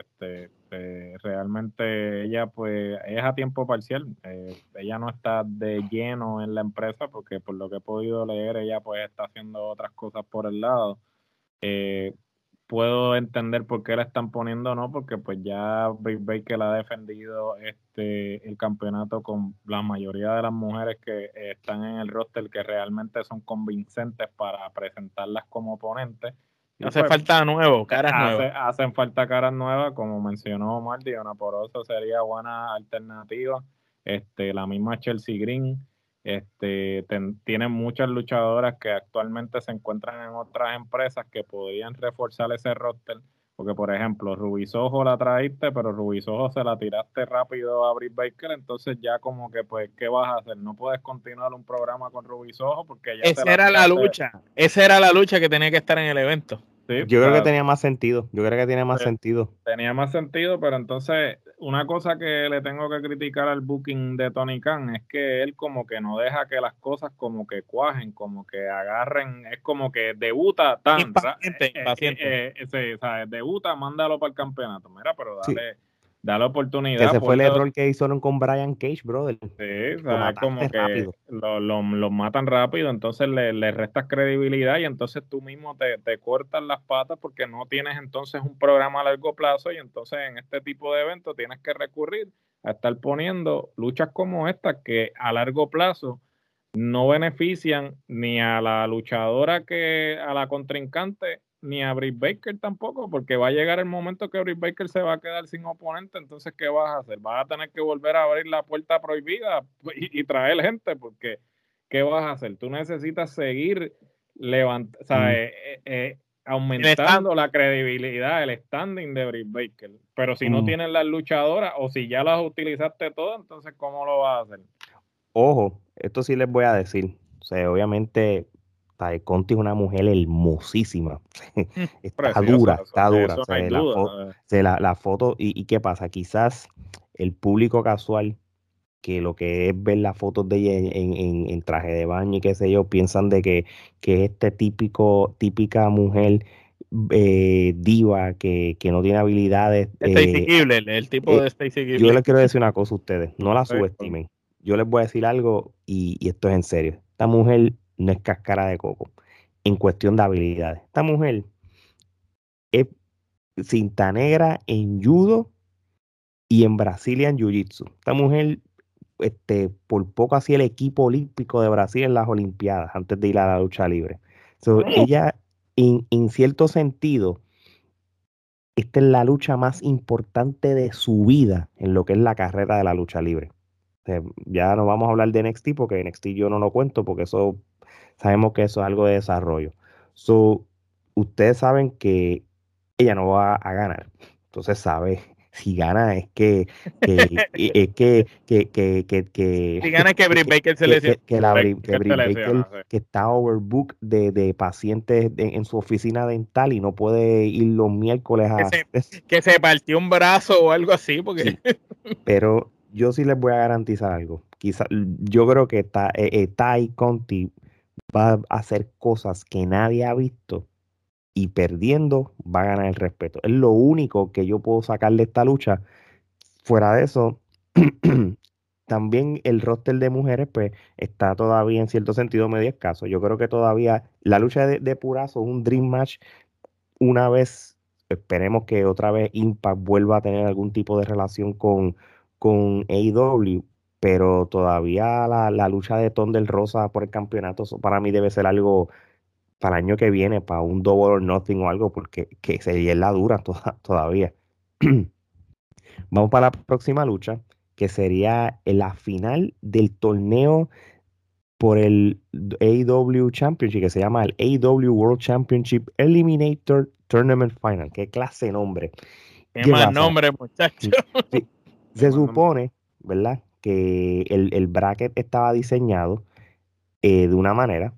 B: Realmente ella pues es a tiempo parcial. Ella no está de lleno en la empresa porque por lo que he podido leer ella pues está haciendo otras cosas por el lado. Eh, Puedo entender por qué la están poniendo, ¿no? Porque pues ya Britt Baker ha defendido el campeonato con la mayoría de las mujeres que están en el roster, que realmente son convincentes para presentarlas como oponentes. Y
C: Hace
B: pues
C: falta nuevo, caras nuevas.
B: hacen falta caras nuevas, como mencionó Marty, Diana Poroso sería buena alternativa. La misma Chelsea Green. Tienen muchas luchadoras que actualmente se encuentran en otras empresas que podrían reforzar ese roster, porque por ejemplo Ruby Soho la traíste, pero Ruby Soho se la tiraste rápido a Britt Baker, entonces ya como que pues ¿qué vas a hacer? No puedes continuar un programa con Ruby Soho porque ya se la tiraste.
C: Esa era la lucha que tenía que estar en el evento.
B: Sí,
A: Yo
B: o
A: creo que
B: sea,
A: tenía más sentido. Yo creo que tiene más
B: pues,
A: sentido.
B: tenía más sentido, pero entonces una cosa que le tengo que criticar al booking de Tony Khan es que él como que no deja que las cosas como que cuajen, como que agarren, es como que debuta
C: Impaciente.
B: sí, o sea, debuta, mándalo para el campeonato. Mira, pero
A: Sí,
B: dale
A: que
B: oportunidad,
A: ese fue el
B: ponle.
A: error que hicieron con Brian Cage, brother.
B: Sí, o
A: Lo
B: sea, es
A: mataste
B: como que
A: rápido.
B: lo matan rápido, entonces le restas credibilidad y entonces tú mismo te cortas las patas porque no tienes entonces un programa a largo plazo y entonces en este tipo de eventos tienes que recurrir a estar poniendo luchas como esta que a largo plazo no benefician ni a la luchadora a la contrincante, ni a Britt Baker tampoco, porque va a llegar el momento que Britt Baker se va a quedar sin oponente, entonces ¿qué vas a hacer? Vas a tener que volver a abrir la puerta prohibida y traer gente, porque ¿qué vas a hacer? Tú necesitas seguir
A: Mm.
B: aumentando la credibilidad, el standing de Britt Baker, pero si no
A: Mm.
B: tienes las luchadoras o si ya las utilizaste todas, entonces ¿cómo lo vas a hacer?
A: Ojo, esto sí les voy a decir. O sea, obviamente Tay Conti es una mujer hermosísima. Está
B: Preciosa,
A: dura, está dura.
B: eso
A: O
B: no hay
A: sea,
B: duda.
A: la foto, ¿y qué pasa? Quizás el público casual, que lo que es ver las fotos de ella en traje de baño y qué sé yo, piensan de que es típica mujer diva, que no tiene habilidades.
C: Stacy Keibler, el tipo
A: Eh,
C: de Stacy
A: yo
C: Keibler.
A: les quiero decir una cosa a ustedes, no la
B: Sí,
A: subestimen. Yo les voy a decir algo y esto es en serio. Esta mujer no es cáscara de coco en cuestión de habilidades. Esta mujer es cinta negra en judo y en Brazilian Jiu-Jitsu. Esta mujer, por poco hacía el equipo olímpico de Brasil en las Olimpiadas antes de ir a la lucha libre. So, ella, en cierto sentido, esta es la lucha más importante de su vida en lo que es la carrera de la lucha libre. Ya no vamos a hablar de NXT porque NXT yo no lo cuento porque eso sabemos que eso es algo de desarrollo. So, ustedes saben que ella no va a ganar. Entonces sabe, si gana es
C: Si gana que Britt Baker se lesionó.
A: que Britt Baker que está overbook de pacientes en su oficina dental y no puede ir los miércoles a...
C: Que se partió un brazo o algo así, porque...
A: Sí, pero yo sí les voy a garantizar algo. Yo creo que Tai Conti va a hacer cosas que nadie ha visto y perdiendo va a ganar el respeto. Es lo único que yo puedo sacar de esta lucha. Fuera de eso, también el roster de mujeres pues está todavía en cierto sentido medio escaso. Yo creo que todavía la lucha de Purazo es un dream match una vez, esperemos que otra vez Impact vuelva a tener algún tipo de relación con AEW, pero todavía la lucha de Thunder Rosa por el campeonato, eso para mí debe ser algo para el año que viene, para un Double or Nothing o algo, porque que sería la dura todavía. Vamos para la próxima lucha, que sería la final del torneo por el AEW Championship, que se llama el AEW World Championship Eliminator Tournament Final. Qué clase de nombre.
C: Qué
A: ¿Qué
C: más
A: pasa?
C: nombre, muchacho.
A: Sí, se supone, ¿verdad? Que el bracket estaba diseñado de una manera.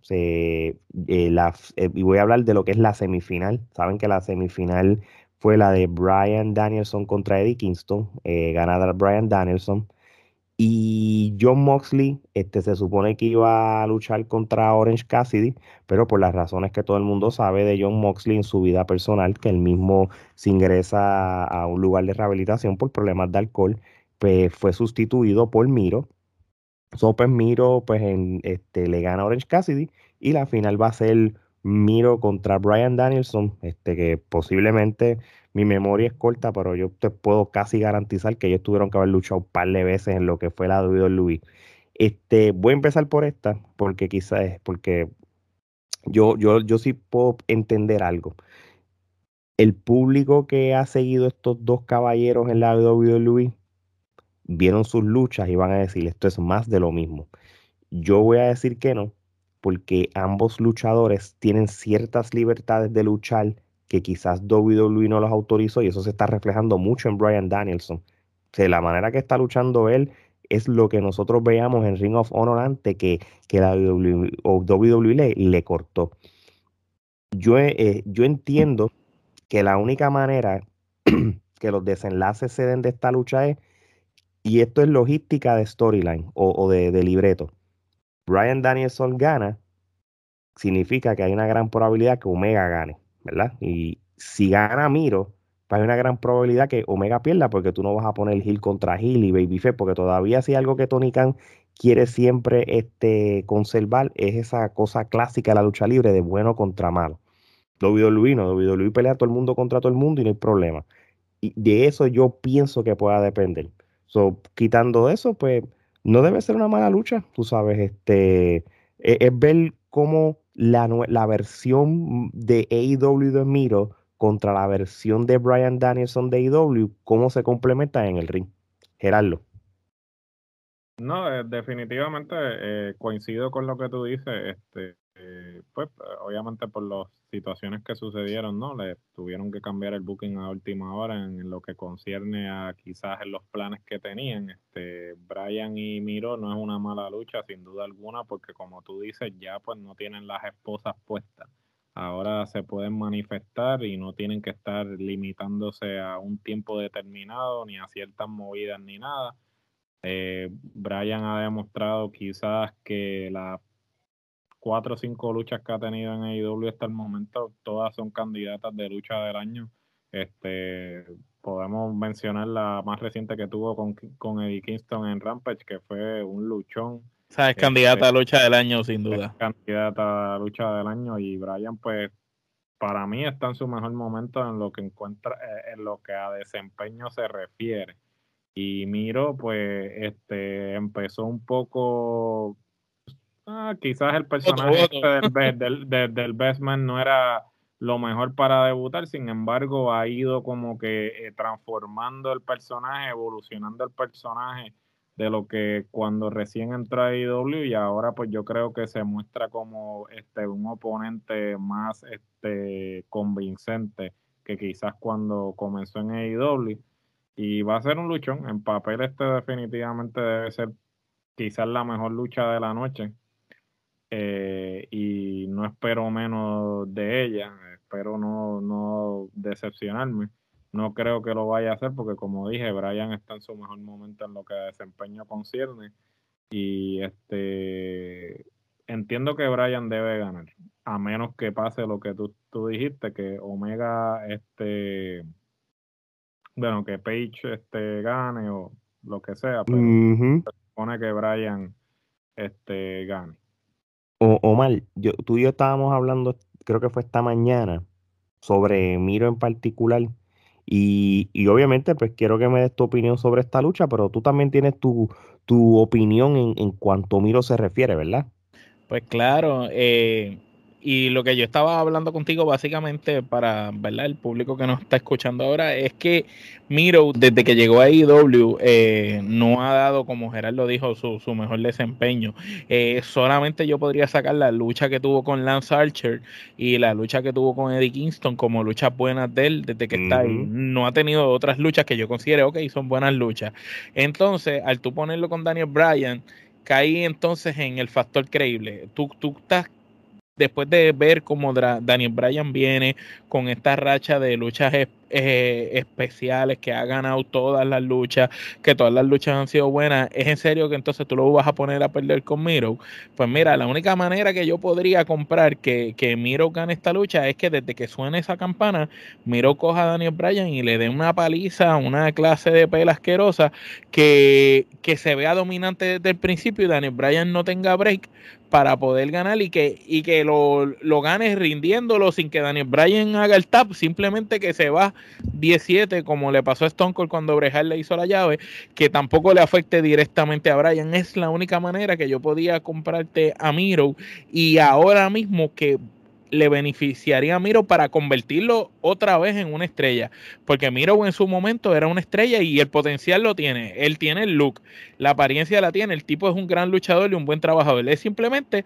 A: Y voy a hablar de lo que es la semifinal. Saben que la semifinal fue la de Bryan Danielson contra Eddie Kingston, ganada Bryan Danielson. Y John Moxley, se supone que iba a luchar contra Orange Cassidy, pero por las razones que todo el mundo sabe de John Moxley en su vida personal, que él mismo se ingresa a un lugar de rehabilitación por problemas de alcohol, pues fue sustituido por Miro. Pues Miro, pues le gana a Orange Cassidy y la final va a ser Miro contra Bryan Danielson, que posiblemente mi memoria es corta, pero yo te puedo casi garantizar que ellos tuvieron que haber luchado un par de veces en lo que fue la WWE. Voy a empezar por esta, porque quizás es porque yo sí puedo entender algo. El público que ha seguido estos dos caballeros en la WWE vieron sus luchas y van a decir, esto es más de lo mismo. Yo voy a decir que no, porque ambos luchadores tienen ciertas libertades de luchar que quizás WWE no los autorizó y eso se está reflejando mucho en Bryan Danielson. O sea, la manera que está luchando él es lo que nosotros veíamos en Ring of Honor antes que la WWE le cortó. Yo entiendo que la única manera que los desenlaces se den de esta lucha es, y esto es logística de storyline o de libreto. Bryan Danielson gana, significa que hay una gran probabilidad que Omega gane, ¿verdad? Y si gana Miro, pues hay una gran probabilidad que Omega pierda porque tú no vas a poner heel contra heel y babyface, porque todavía si algo que Tony Khan quiere siempre conservar es esa cosa clásica de la lucha libre de bueno contra malo. WWE no, WWE pelea a todo el mundo contra todo el mundo y no hay problema. Y de eso yo pienso que pueda depender. So, quitando eso, pues no debe ser una mala lucha, tú sabes, es ver cómo la versión de AEW de Miro contra la versión de Bryan Danielson de AEW, cómo se complementan en el ring. Gerardo.
B: No, definitivamente coincido con lo que tú dices. pues obviamente por las situaciones que sucedieron, ¿no? Le tuvieron que cambiar el booking a última hora en lo que concierne a quizás en los planes que tenían. Bryan y Miro no es una mala lucha, sin duda alguna, porque como tú dices, ya pues no tienen las esposas puestas. Ahora se pueden manifestar y no tienen que estar limitándose a un tiempo determinado, ni a ciertas movidas, ni nada. Bryan ha demostrado quizás que las 4 o 5 luchas que ha tenido en AEW hasta el momento, todas son candidatas de lucha del año. Podemos mencionar la más reciente que tuvo con Eddie Kingston en Rampage, que fue un luchón.
C: O sea, es candidata a lucha del año, sin duda.
B: Es candidata a lucha del año, y Bryan, pues, para mí está en su mejor momento en lo que encuentra, en lo que a desempeño se refiere. Y Miro, pues, empezó un poco, quizás el personaje del Best Man no era lo mejor para debutar, sin embargo ha ido como que transformando el personaje, evolucionando el personaje de lo que cuando recién entró a AEW, y ahora pues yo creo que se muestra como un oponente más convincente que quizás cuando comenzó en AEW, y va a ser un luchón. En papel definitivamente debe ser quizás la mejor lucha de la noche. Y no espero menos de ella, espero no decepcionarme. No creo que lo vaya a hacer porque, como dije, Bryan está en su mejor momento en lo que a desempeño concierne, y entiendo que Bryan debe ganar, a menos que pase lo que tú dijiste, que Omega, bueno, que Page gane o lo que sea, pero se supone que Bryan gane.
A: Omar, tú y yo estábamos hablando, creo que fue esta mañana, sobre Miro en particular. Y obviamente, pues quiero que me des tu opinión sobre esta lucha, pero tú también tienes tu opinión en cuanto a Miro se refiere, ¿verdad?
C: Pues claro, y lo que yo estaba hablando contigo básicamente para, ¿verdad? El público que nos está escuchando ahora es que Miro, desde que llegó a AEW, no ha dado, como Gerardo dijo, su mejor desempeño. Solamente yo podría sacar la lucha que tuvo con Lance Archer y la lucha que tuvo con Eddie Kingston como luchas buenas de él desde que está ahí. No ha tenido otras luchas que yo considere, ok, son buenas luchas. Entonces, al tú ponerlo con Daniel Bryan, caí entonces en el factor creíble. Tú estás, después de ver cómo Daniel Bryan viene con esta racha de luchas especiales, que ha ganado todas las luchas, que todas las luchas han sido buenas, ¿es en serio que entonces tú lo vas a poner a perder con Miro? Pues mira, la única manera que yo podría comprar que Miro gane esta lucha es que desde que suene esa campana, Miro coja a Daniel Bryan y le dé una paliza, una clase de pela asquerosa, que se vea dominante desde el principio y Daniel Bryan no tenga break para poder ganar, y que lo gane rindiéndolo sin que Daniel Bryan haga el tap, simplemente que se va 17 como le pasó a Stone Cold cuando Bret Hart le hizo la llave, que tampoco le afecte directamente a Bryan. Es la única manera que yo podía comprarte a Miro, y ahora mismo que le beneficiaría a Miro para convertirlo otra vez en una estrella, porque Miro en su momento era una estrella y el potencial lo tiene, él tiene el look, la apariencia la tiene, el tipo es un gran luchador y un buen trabajador. Es simplemente,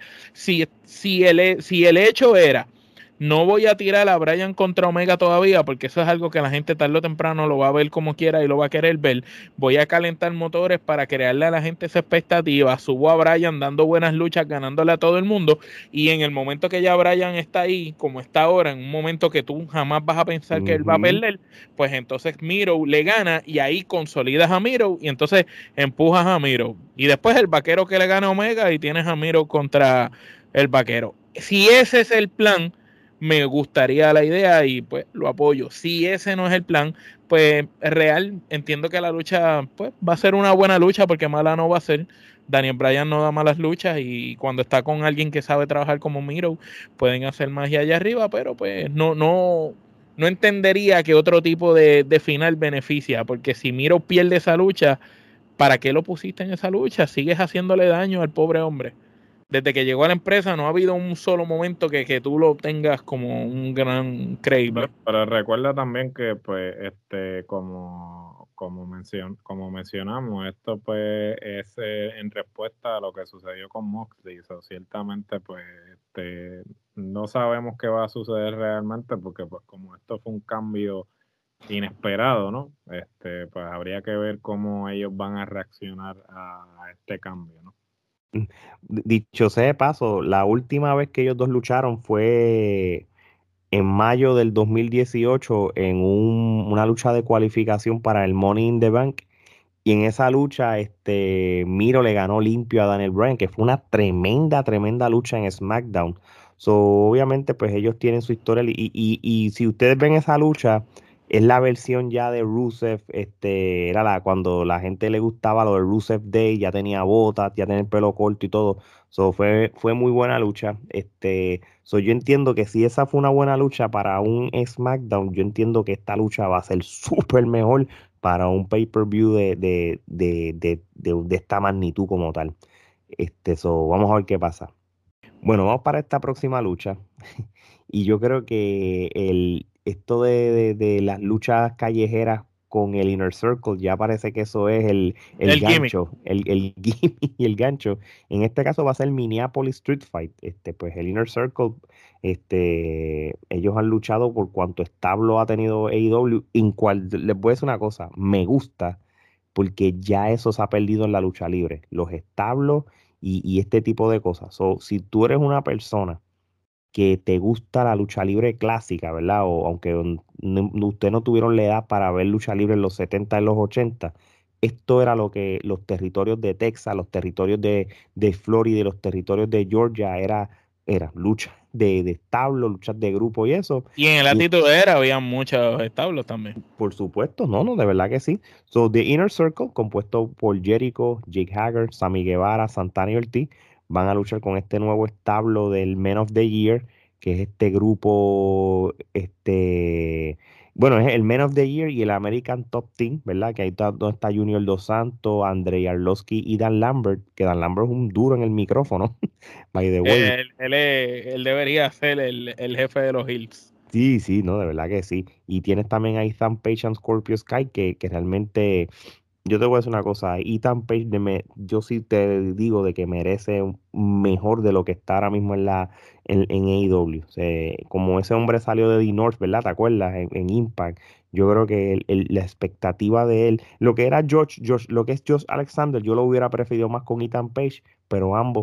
C: si el hecho era, no voy a tirar a Bryan contra Omega todavía, porque eso es algo que la gente tarde o temprano lo va a ver como quiera y lo va a querer ver. Voy a calentar motores para crearle a la gente esa expectativa. Subo a Bryan dando buenas luchas, ganándole a todo el mundo, y en el momento que ya Bryan está ahí, como está ahora, en un momento que tú jamás vas a pensar que él va a perder, pues entonces Miro le gana y ahí consolidas a Miro y entonces empujas a Miro. Y después el vaquero que le gana a Omega y tienes a Miro contra el vaquero. Si ese es el plan, me gustaría la idea y pues lo apoyo. Si ese no es el plan, pues real, entiendo que la lucha pues va a ser una buena lucha, porque mala no va a ser. Daniel Bryan no da malas luchas, y cuando está con alguien que sabe trabajar como Miro, pueden hacer magia allá arriba, pero pues no entendería que otro tipo de final beneficia, porque si Miro pierde esa lucha, ¿para qué lo pusiste en esa lucha? Sigues haciéndole daño al pobre hombre. Desde que llegó a la empresa no ha habido un solo momento que tú lo tengas como un gran creíble.
B: Pero recuerda también que, pues, como mencionamos, esto pues es en respuesta a lo que sucedió con Moxley. So, ciertamente, pues, no sabemos qué va a suceder realmente porque pues como esto fue un cambio inesperado, ¿no? Pues habría que ver cómo ellos van a reaccionar a este cambio, ¿no?
A: Dicho sea de paso, la última vez que ellos dos lucharon fue en mayo del 2018 en una lucha de cualificación para el Money in the Bank. Y en esa lucha, Miro le ganó limpio a Daniel Bryan, que fue una tremenda, tremenda lucha en SmackDown. So, obviamente, pues ellos tienen su historia. Y si ustedes ven esa lucha, es la versión ya de Rusev. Era cuando la gente le gustaba lo de Rusev Day, ya tenía botas, ya tenía el pelo corto y todo. So, fue muy buena lucha. Yo entiendo que si esa fue una buena lucha para un SmackDown, yo entiendo que esta lucha va a ser súper mejor para un pay-per-view de esta magnitud como tal. Vamos a ver qué pasa. Bueno, vamos para esta próxima lucha. Y yo creo que esto de las luchas callejeras con el Inner Circle, ya parece que eso es el
C: gimmick.
A: gancho, el gimmick y el gancho. En este caso va a ser Minneapolis Street Fight. Pues el Inner Circle, ellos han luchado por cuanto establo ha tenido AEW, en cual les voy a decir una cosa, me gusta, porque ya eso se ha perdido en la lucha libre. Los establos y este tipo de cosas. Si tú eres una persona que te gusta la lucha libre clásica, ¿verdad? O aunque usted no tuvieron la edad para ver lucha libre en los 70 y los 80, esto era lo que los territorios de Texas, los territorios de Florida y los territorios de Georgia era lucha de establo, luchas de grupo y eso.
C: Y en el
A: Y
C: Atitudera había muchos establos también.
A: por supuesto, no, de verdad que sí. The Inner Circle, compuesto por Jericho, Jake Hager, Sammy Guevara, Santana y Ortiz, van a luchar con este nuevo establo del Men of the Year, que es este grupo, bueno, es el Men of the Year y el American Top Team, ¿verdad? Que ahí está donde está Junior Dos Santos, Andrei Arlovski y Dan Lambert, que Dan Lambert es un duro en el micrófono, by the way.
C: Él debería ser el jefe de los Hills.
A: Sí, sí, no, de verdad que sí. Y tienes también a Ethan Page and Scorpio Sky, que realmente, yo te voy a decir una cosa, Ethan Page, yo sí te digo de que merece mejor de lo que está ahora mismo en AEW. O sea, como ese hombre salió de The North, ¿verdad? ¿Te acuerdas? En Impact. Yo creo que la expectativa de él, lo que era lo que es Josh Alexander, yo lo hubiera preferido más con Ethan Page, pero ambos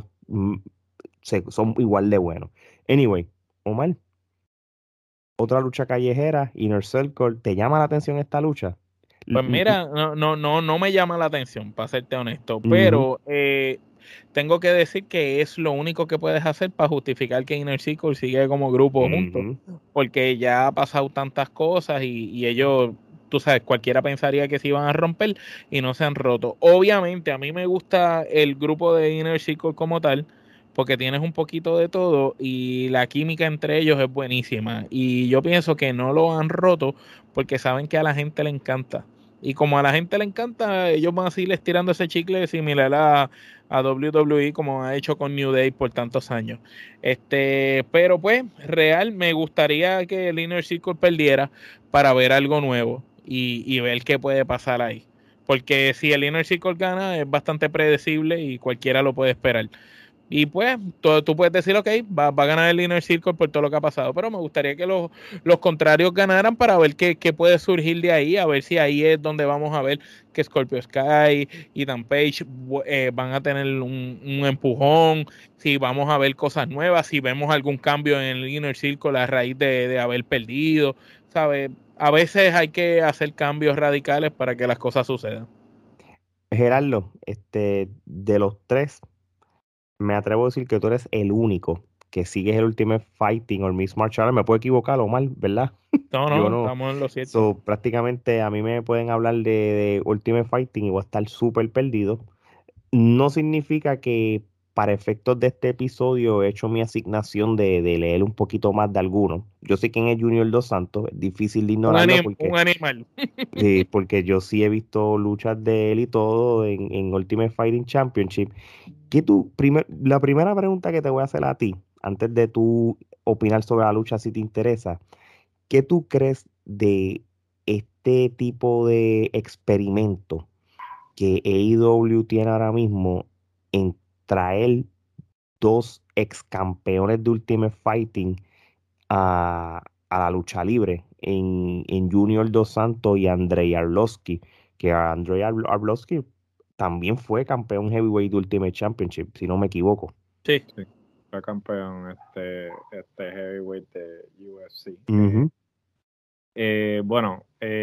A: son igual de buenos. Anyway, Omar. Otra lucha callejera, Inner Circle. ¿Te llama la atención esta lucha?
C: Pues mira, no me llama la atención, para serte honesto,
A: Ujú,
C: pero tengo que decir que es lo único que puedes hacer para justificar que Inner Circle sigue como grupo juntos,
A: ujú.
C: porque ya ha pasado tantas cosas y ellos, tú sabes, cualquiera pensaría que se iban a romper y no se han roto. Obviamente, a mí me gusta el grupo de Inner Circle como tal, porque tienes un poquito de todo y la química entre ellos es buenísima. Y yo pienso que no lo han roto porque saben que a la gente le encanta. Y como a la gente le encanta, ellos van a seguir estirando ese chicle similar a WWE como ha hecho con New Day por tantos años. Pero pues, real, me gustaría que el Inner Circle perdiera para ver algo nuevo y ver qué puede pasar ahí. Porque si el Inner Circle gana, es bastante predecible y cualquiera lo puede esperar. Y pues tú puedes decir, ok, va a ganar el Inner Circle por todo lo que ha pasado, pero me gustaría que los contrarios ganaran para ver qué puede surgir de ahí, a ver si ahí es donde vamos a ver que Scorpio Sky y Dan Page van a tener un empujón, si vamos a ver cosas nuevas, si vemos algún cambio en el Inner Circle a raíz de haber perdido, ¿sabes? A veces hay que hacer cambios radicales para que las cosas sucedan.
A: Gerardo, de los tres, me atrevo a decir que tú eres el único que sigues el Ultimate Fighting o el Mixed Martial Arts. Me puedo equivocar o mal, ¿verdad?
C: No,
A: Yo
C: no,
A: no.
C: estamos en lo cierto.
A: Prácticamente a mí me pueden hablar de Ultimate Fighting y voy a estar súper perdido. No significa que para efectos de este episodio he hecho mi asignación de leer un poquito más de algunos. Yo sé quién es Junior Dos Santos, es difícil de ignorarlo
C: Un
A: porque,
C: animal.
A: porque yo sí he visto luchas de él y todo en Ultimate Fighting Championship. La primera pregunta que te voy a hacer a ti, antes de tú opinar sobre la lucha si te interesa, ¿qué tú crees de este tipo de experimento que AEW tiene ahora mismo en traer dos ex campeones de Ultimate Fighting a la lucha libre en Junior Dos Santos y Andrei Arlovski, que Andrei Arlovski también fue campeón heavyweight de Ultimate Championship, si no me equivoco.
C: Sí.
B: Sí, fue campeón este heavyweight de UFC.
A: Ujú.
B: Bueno,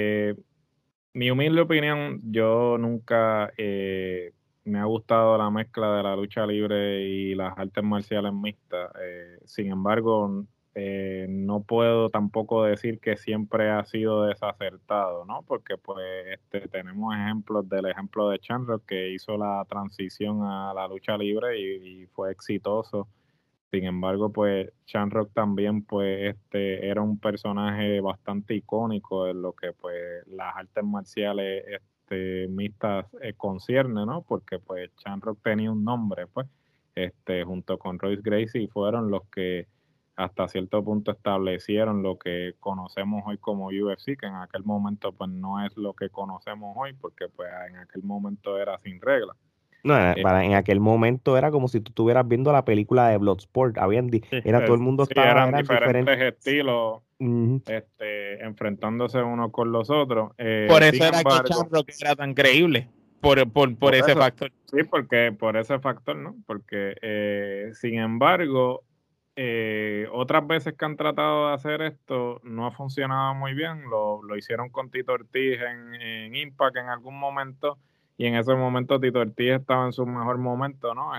B: mi humilde opinión, yo nunca me ha gustado la mezcla de la lucha libre y las artes marciales mixtas. Sin embargo, no puedo tampoco decir que siempre ha sido desacertado, ¿no? Porque pues tenemos ejemplos del ejemplo de Shamrock, que hizo la transición a la lucha libre y fue exitoso. Sin embargo, pues Shamrock también pues era un personaje bastante icónico en lo que pues las artes marciales mixtas concierne, ¿no? Porque pues Shamrock tenía un nombre, pues, junto con Royce Gracie fueron los que hasta cierto punto establecieron lo que conocemos hoy como UFC, que en aquel momento pues no es lo que conocemos hoy, porque pues en aquel momento era sin reglas.
A: No,
B: Eh,
A: en aquel momento era como si tú estuvieras viendo la película de Bloodsport.
C: Sí.
A: Era todo el mundo
B: sí,
A: estaba,
B: eran
A: eran diferentes.
B: diferentes estilos
A: Ujú.
B: enfrentándose unos con los otros.
C: Por
B: Sin
C: eso era que
B: embargo,
C: Shamrock era tan creíble, por
B: por
C: ese
B: eso,
C: factor.
B: sí, porque por ese factor, ¿no? Porque, sin embargo, otras veces que han tratado de hacer esto no ha funcionado muy bien. Lo hicieron con Tito Ortiz en Impact en algún momento, y en ese momento Tito Ortiz estaba en su mejor momento, ¿no?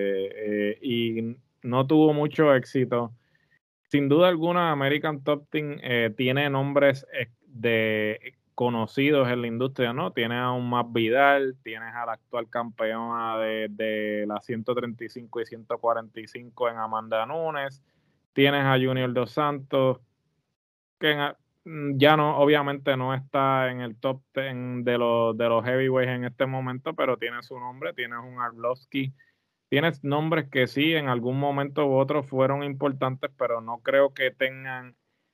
B: Y no tuvo mucho éxito. Sin duda alguna, American Top Team tiene nombres conocidos en la industria, ¿no? Tienes a un Matt Vidal, tienes a la actual campeona de la 135 y 145 en Amanda Nunes, tienes a Junior Dos Santos, que ya no, obviamente no está en el top 10 de los heavyweights en este momento, pero tiene su nombre, tienes un Arlovski. Tienes nombres que sí, en algún momento u otro fueron importantes, pero no creo que tengan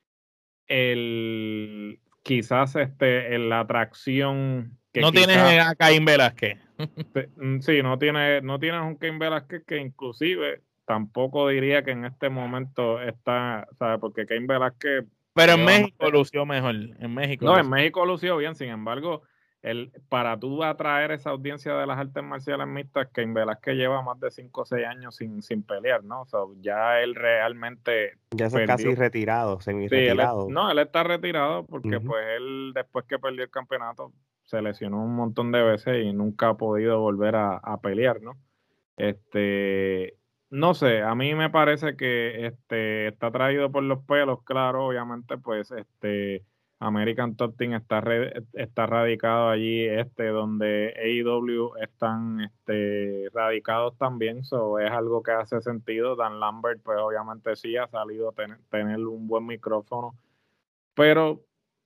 B: quizás la atracción que
C: No tienes
B: quizás,
C: a Caín Velázquez.
B: sí, no tienes un Cain Velázquez, que inclusive tampoco diría que en este momento está, ¿sabes? Porque Cain Velázquez
C: Pero en
B: lleva más
C: México lució mejor. En México
B: No, en
C: lució.
B: México lució bien. Sin embargo, para tú atraer esa audiencia de las artes marciales mixtas, Cain Velázquez lleva más de 5 o 6 años sin pelear, ¿no? O sea, ya él realmente
A: Ya eso es casi
B: perdió.
A: retirado,
B: Sí,
A: semi-retirado.
B: no, él está retirado porque
A: Ujú.
B: pues él, después que perdió el campeonato, se lesionó un montón de veces y nunca ha podido volver a pelear, ¿no? No sé, a mí me parece que está traído por los pelos, claro. Obviamente pues American Top Team está radicado allí, donde AEW están radicados también. So es algo que hace sentido. Dan Lambert pues obviamente sí ha salido a tener un buen micrófono, pero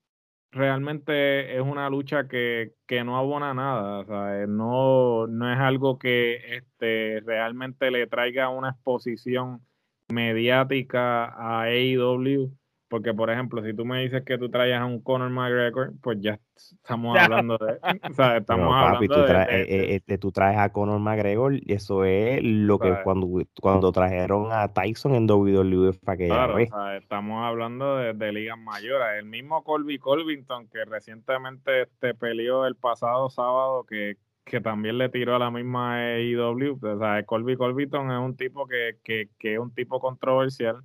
B: realmente es una lucha que no abona nada. O sea, no es algo que realmente le traiga una exposición mediática a AEW, porque por ejemplo, si tú me dices que tú traes a un Conor McGregor, pues ya estamos hablando o sea, estamos
A: Pero papi,
B: hablando
A: tú traes a Conor McGregor y eso es lo
B: o
A: que
B: sea,
A: cuando trajeron a Tyson en WWE aquella
B: claro. O
A: vez.
B: sea, estamos hablando de ligas mayores. El mismo Colby Covington, que recientemente peleó el pasado sábado, que también le tiró a la misma AEW. O sea, Colby Covington es un tipo que es un tipo controversial.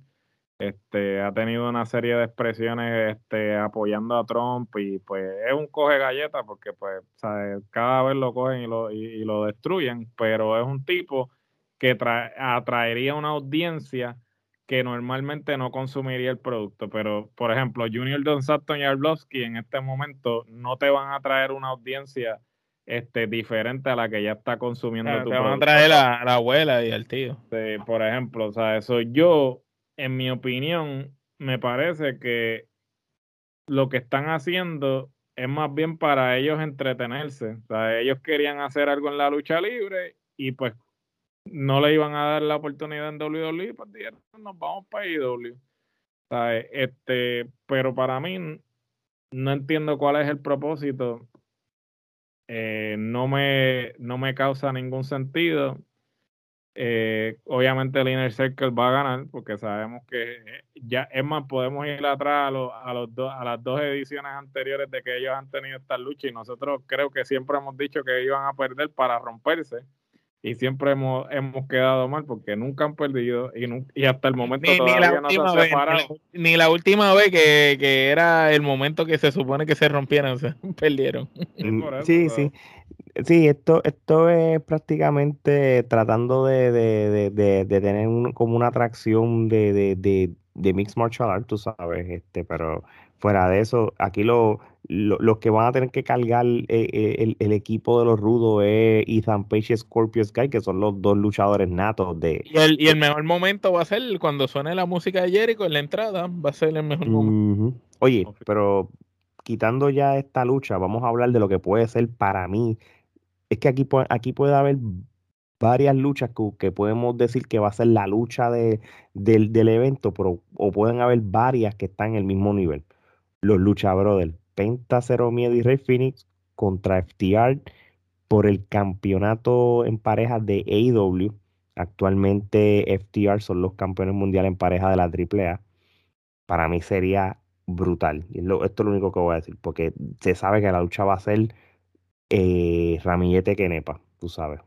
B: Ha tenido una serie de expresiones apoyando a Trump, y pues es un coge galleta, porque pues, o sea, cada vez lo cogen y lo destruyen, pero es un tipo que atraería una audiencia que normalmente no consumiría el producto. Pero por ejemplo, Junior Don Sutton y Arlovski en este momento no te van a traer una audiencia diferente a la que ya está consumiendo
C: Te
B: tu
C: van a
B: producto.
C: traer a la abuela y al tío.
B: Por ejemplo, o sea, eso yo, en mi opinión, me parece que lo que están haciendo es más bien para ellos entretenerse. O sea, ellos querían hacer algo en la lucha libre y pues no le iban a dar la oportunidad en WWE, pues dijeron, nos vamos para IW. O sea, pero para mí no entiendo cuál es el propósito. No me causa ningún sentido. Obviamente el Inner Circle va a ganar porque sabemos que ya es más, podemos ir atrás a las dos ediciones anteriores de que ellos han tenido esta lucha y nosotros creo que siempre hemos dicho que iban a perder para romperse y siempre hemos quedado mal porque nunca han perdido y hasta el momento
C: Ni la
B: todavía no se
C: última
B: han
C: vez,
B: separado.
C: ni la última vez que era el momento que se supone que se rompieran, o sea, perdieron.
B: Sí, por eso.
A: Sí, sí. Sí, esto es prácticamente tratando de tener como una atracción de Mixed Martial Arts, tú sabes, pero fuera de eso, aquí los que van a tener que cargar el equipo de los rudos es Ethan Page y Scorpio Sky, que son los dos luchadores natos
C: Y el mejor momento va a ser cuando suene la música de Jericho en la entrada, va a ser el mejor momento.
A: Ujú. Oye, pero quitando ya esta lucha, vamos a hablar de lo que puede ser para mí. Es que aquí puede haber varias luchas que podemos decir que va a ser la lucha del evento, pero o pueden haber varias que están en el mismo nivel. Los Lucha Brothers, Penta, Cero Miedo y Rey Phoenix contra FTR por el campeonato en parejas de AEW. Actualmente FTR son los campeones mundiales en pareja de la AAA. Para mí sería brutal. Esto es lo único que voy a decir, porque se sabe que la lucha va a ser Ramillete Kenepa, tú sabes.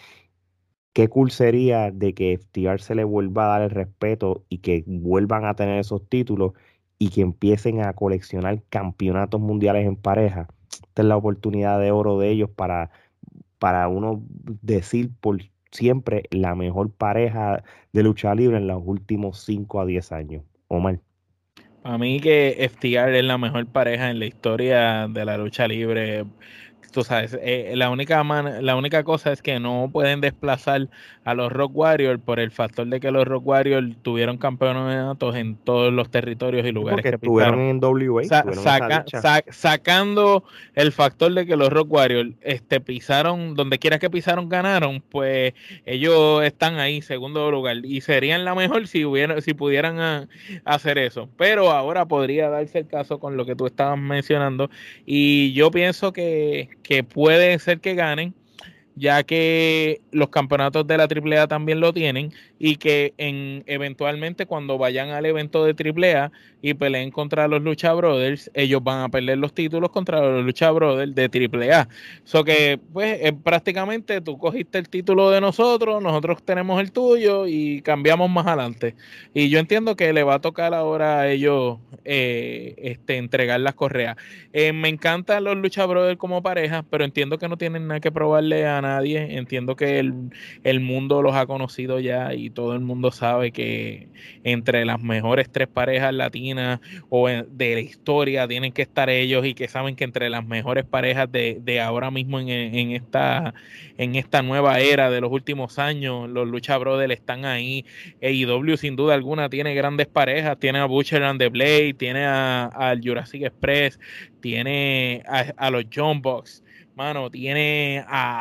A: Qué cool sería de que FTR se le vuelva a dar el respeto y que vuelvan a tener esos títulos y que empiecen a coleccionar campeonatos mundiales en pareja. Esta es la oportunidad de oro de ellos para uno decir por siempre la mejor pareja de lucha libre en los últimos 5 a 10 años. Omar.
C: A mí que FTR es la mejor pareja en la historia de la lucha libre. Tú sabes, la única cosa es que no pueden desplazar a los Rock Warriors por el factor de que los Rock Warriors tuvieron campeonatos en todos los territorios y
A: Sí,
C: lugares
A: porque
C: que
A: estuvieron
C: pisaron.
A: en WA, tuvieron esa lucha.
C: Sacando el factor de que los Rock Warriors pisaron, donde quiera que pisaron, ganaron, pues ellos están ahí, segundo lugar, y serían la mejor si pudieran hacer eso. Pero ahora podría darse el caso con lo que tú estabas mencionando, y yo pienso que puede ser que ganen, ya que los campeonatos de la AAA también lo tienen y que eventualmente cuando vayan al evento de AAA y peleen contra los Lucha Brothers, ellos van a perder los títulos contra los Lucha Brothers de AAA. So que pues prácticamente tú cogiste el título de nosotros tenemos el tuyo y cambiamos más adelante. Y yo entiendo que le va a tocar ahora a ellos entregar las correas. Me encantan los Lucha Brothers como pareja, pero entiendo que no tienen nada que probarle a nadie. Entiendo que el mundo los ha conocido ya y todo el mundo sabe que entre las mejores tres parejas latinas de la historia tienen que estar ellos, y que saben que entre las mejores parejas de ahora mismo en esta nueva era de los últimos años, los Lucha Brothers están ahí. AEW sin duda alguna tiene grandes parejas, tiene a Butcher and the Blade, tiene al Jurassic Express, tiene a los John Box, mano, tiene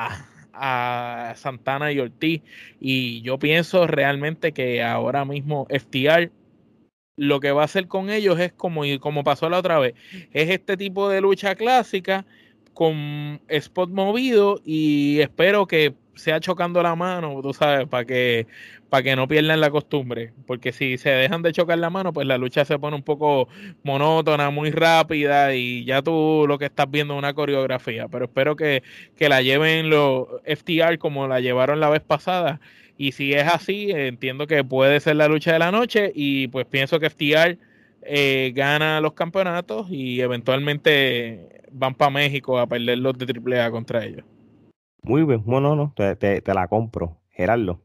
C: a Santana y Ortiz, y yo pienso realmente que ahora mismo FTR lo que va a hacer con ellos es como pasó la otra vez, es este tipo de lucha clásica con spot movido, y espero que sea chocando la mano, tú sabes, para que no pierdan la costumbre, porque si se dejan de chocar la mano, pues la lucha se pone un poco monótona, muy rápida, y ya tú lo que estás viendo es una coreografía. Pero espero que la lleven los FTR como la llevaron la vez pasada, y si es así, entiendo que puede ser la lucha de la noche, y pues pienso que FTR gana los campeonatos y eventualmente van para México a perder los de AAA contra ellos.
A: Muy bien, bueno, no, te la compro. Gerardo.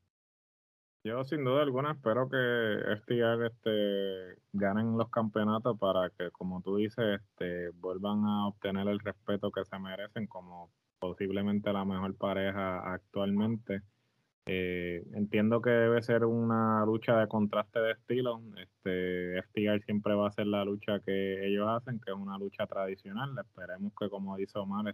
B: Yo sin duda alguna espero que FTR ganen los campeonatos para que, como tú dices, vuelvan a obtener el respeto que se merecen como posiblemente la mejor pareja actualmente. Entiendo que debe ser una lucha de contraste de estilo. FTR siempre va a ser la lucha que ellos hacen, que es una lucha tradicional. Esperemos que, como dice Omar,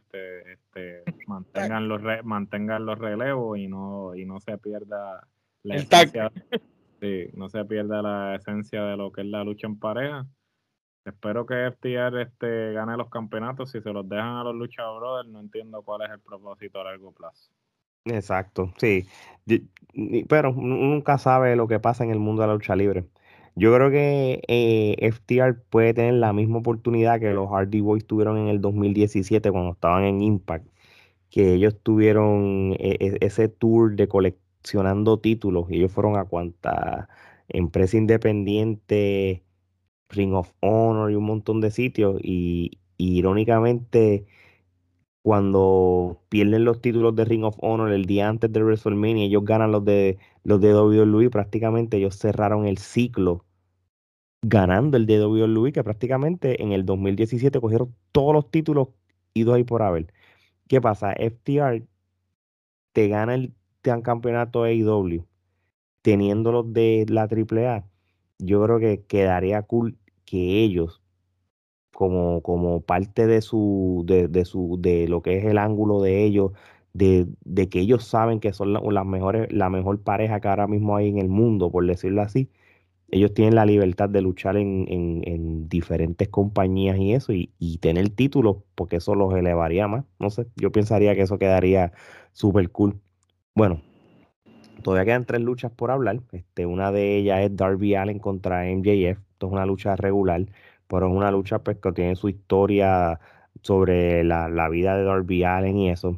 B: mantengan los relevos y no se pierda la
C: El tag.
B: esencia, sí, no se pierda la esencia de lo que es la lucha en pareja. Espero que FTR gane los campeonatos. Si se los dejan a los Lucha Brothers, no entiendo cuál es el propósito a largo plazo.
A: Exacto, sí. Pero uno nunca sabe lo que pasa en el mundo de la lucha libre. Yo creo que FTR puede tener la misma oportunidad que los Hardy Boys tuvieron en el 2017 cuando estaban en Impact, que ellos tuvieron ese tour de coleccionando títulos y ellos fueron a cuanta empresa independiente, Ring of Honor y un montón de sitios y irónicamente cuando pierden los títulos de Ring of Honor el día antes de WrestleMania, ellos ganan los de WWE, prácticamente ellos cerraron el ciclo ganando el de WWE, que prácticamente en el 2017 cogieron todos los títulos idos ahí por haber. ¿Qué pasa? FTR te gana el campeonato AEW teniendo los de la AAA. Yo creo que quedaría cool que ellos como parte de lo que es el ángulo de ellos, de que ellos saben que son las mejores, la mejor pareja que ahora mismo hay en el mundo, por decirlo así. Ellos tienen la libertad de luchar en diferentes compañías y eso, y tener títulos, porque eso los elevaría más. No sé, yo pensaría que eso quedaría súper cool. Bueno, todavía quedan tres luchas por hablar. Una de ellas es Darby Allin contra MJF. Esto es una lucha regular, pero es una lucha pues, que tiene su historia sobre la vida de Darby Allin y eso.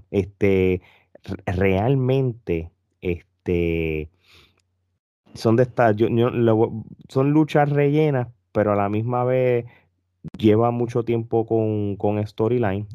A: Realmente, son de estas, son luchas rellenas, pero a la misma vez lleva mucho tiempo con storyline.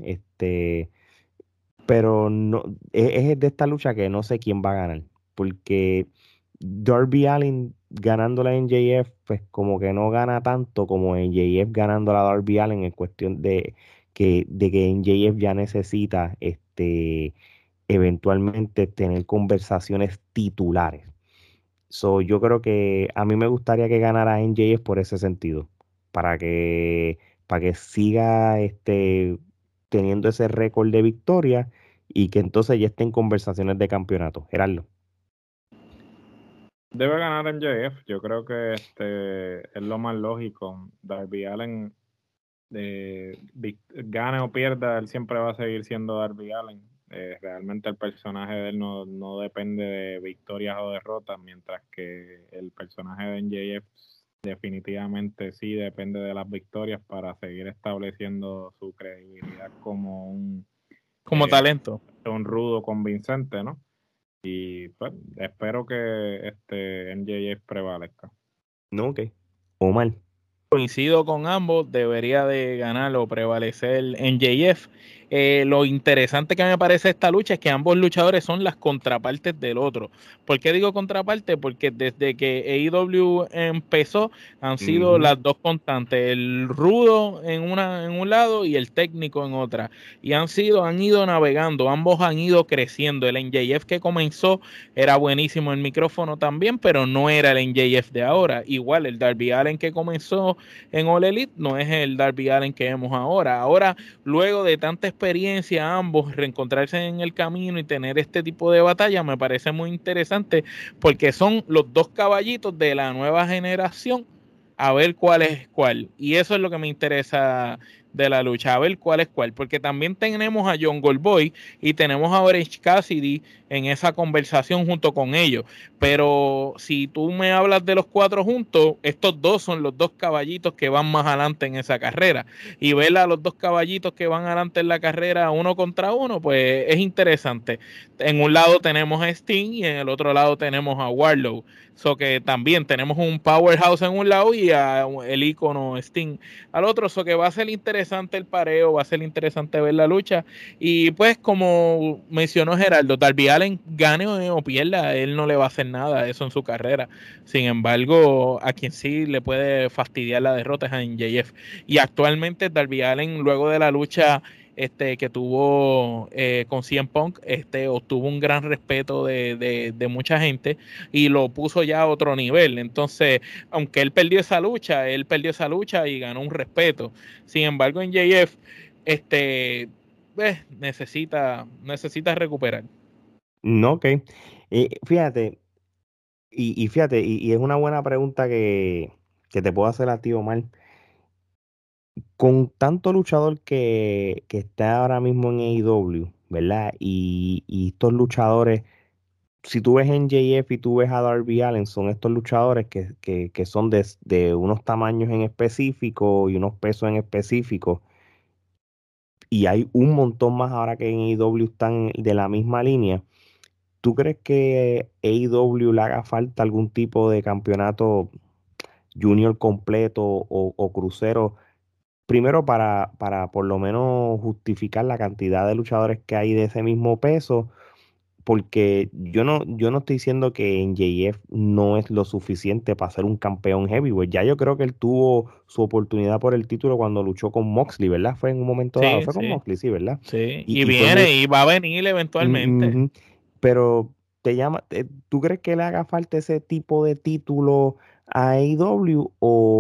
A: Pero no, es de esta lucha que no sé quién va a ganar, porque Darby Allin ganándola en JF, pues como que no gana tanto como en JF ganándola a Darby Allin en cuestión de que en JF ya necesita eventualmente tener conversaciones titulares. So, yo creo que a mí me gustaría que ganara NJF por ese sentido, para que, para que siga teniendo ese récord de victoria y que entonces ya esté en conversaciones de campeonato. Gerardo.
B: Debe ganar MJF. Yo creo que es lo más lógico. Darby Allin, gane o pierda, él siempre va a seguir siendo Darby Allin. Realmente el personaje de él no depende de victorias o derrotas, mientras que el personaje de MJF definitivamente sí depende de las victorias para seguir estableciendo su credibilidad como
C: como
B: eh,
C: talento.
B: un rudo convincente, ¿no? Y pues espero que MJF prevalezca.
A: No, ok. Omar.
C: Coincido con ambos, debería de ganar o prevalecer en JF. Lo interesante que me parece esta lucha es que ambos luchadores son las contrapartes del otro. ¿Por qué digo contraparte? Porque desde que AEW empezó han sido
A: Ujú.
C: las dos constantes, el rudo en un lado y el técnico en otra. Y han ido navegando, ambos han ido creciendo. El NJF que comenzó era buenísimo el micrófono también, pero no era el NJF de ahora. Igual el Darby Allin que comenzó en All Elite no es el Darby Allin que vemos ahora. Ahora, luego de tanta experiencia, ambos reencontrarse en el camino y tener este tipo de batalla me parece muy interesante porque son los dos caballitos de la nueva generación a ver cuál es cuál. Y eso es lo que me interesa de la lucha, a ver cuál es cuál, porque también tenemos a John Goldboy y tenemos a Orange Cassidy en esa conversación junto con ellos. Pero si tú me hablas de los cuatro juntos, estos dos son los dos caballitos que van más adelante en esa carrera. Y ver a los dos caballitos que van adelante en la carrera uno contra uno, pues es interesante. En un lado tenemos a Sting y en el otro lado tenemos a Warlow. So que también tenemos un powerhouse en un lado y a el icono Sting al otro. So que va a ser interesante el pareo, va a ser interesante ver la lucha. Y pues como mencionó Gerardo, Darby Allin gane o pierda, él no le va a hacer nada eso en su carrera. Sin embargo, a quien sí le puede fastidiar la derrota es a MJF. Y actualmente Darby Allin, luego de la lucha que tuvo con CM Punk, obtuvo un gran respeto de mucha gente y lo puso ya a otro nivel. Entonces, aunque él perdió esa lucha y ganó un respeto. Sin embargo, en JF, necesita recuperar.
A: No, ok. Fíjate, y es una buena pregunta que te puedo hacer a ti, Omar. con tanto luchador que está ahora mismo en AEW, ¿verdad? Y estos luchadores, si tú ves en JF y tú ves a Darby Allin, son estos luchadores que son de unos tamaños en específico y unos pesos en específico. Y hay un montón más ahora que en AEW están de la misma línea. ¿Tú crees que AEW le haga falta algún tipo de campeonato junior completo o crucero? Primero para por lo menos justificar la cantidad de luchadores que hay de ese mismo peso, porque yo no estoy diciendo que en JF no es lo suficiente para ser un campeón heavyweight. Ya yo creo que él tuvo su oportunidad por el título cuando luchó con Moxley, ¿verdad? Fue en un momento dado,
C: Sí,
A: fue con
C: sí,
A: Moxley, sí, ¿verdad?
C: sí.
A: Y,
C: Y
A: y fue muy...
C: viene y va a venir eventualmente.
A: Ujú. Pero ¿tú crees que le haga falta ese tipo de título a AEW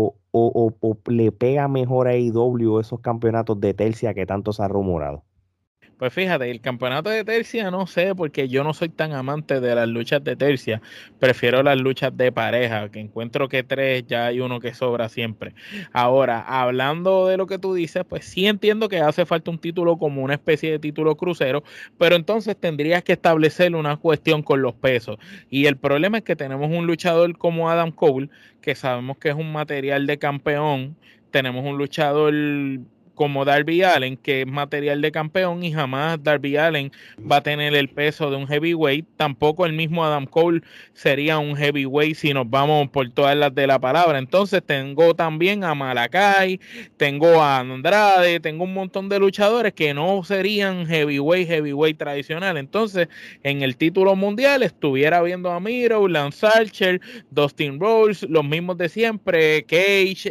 A: o le pega mejor a AEW esos campeonatos de tercia que tanto se ha rumorado?
C: Pues fíjate, el campeonato de tercia no sé, porque yo no soy tan amante de las luchas de tercia. Prefiero las luchas de pareja, que encuentro que tres ya hay uno que sobra siempre. Ahora, hablando de lo que tú dices, pues sí entiendo que hace falta un título como una especie de título crucero, pero entonces tendrías que establecer una cuestión con los pesos. Y el problema es que tenemos un luchador como Adam Cole, que sabemos que es un material de campeón. Tenemos un luchador como Darby Allin, que es material de campeón, y jamás Darby Allin va a tener el peso de un heavyweight. Tampoco el mismo Adam Cole sería un heavyweight si nos vamos por todas las de la palabra. Entonces tengo también a Malakai, tengo a Andrade, tengo un montón de luchadores que no serían heavyweight tradicional. Entonces en el título mundial estuviera viendo a Miro, Lance Archer, Dustin Rhodes, los mismos de siempre, Cage,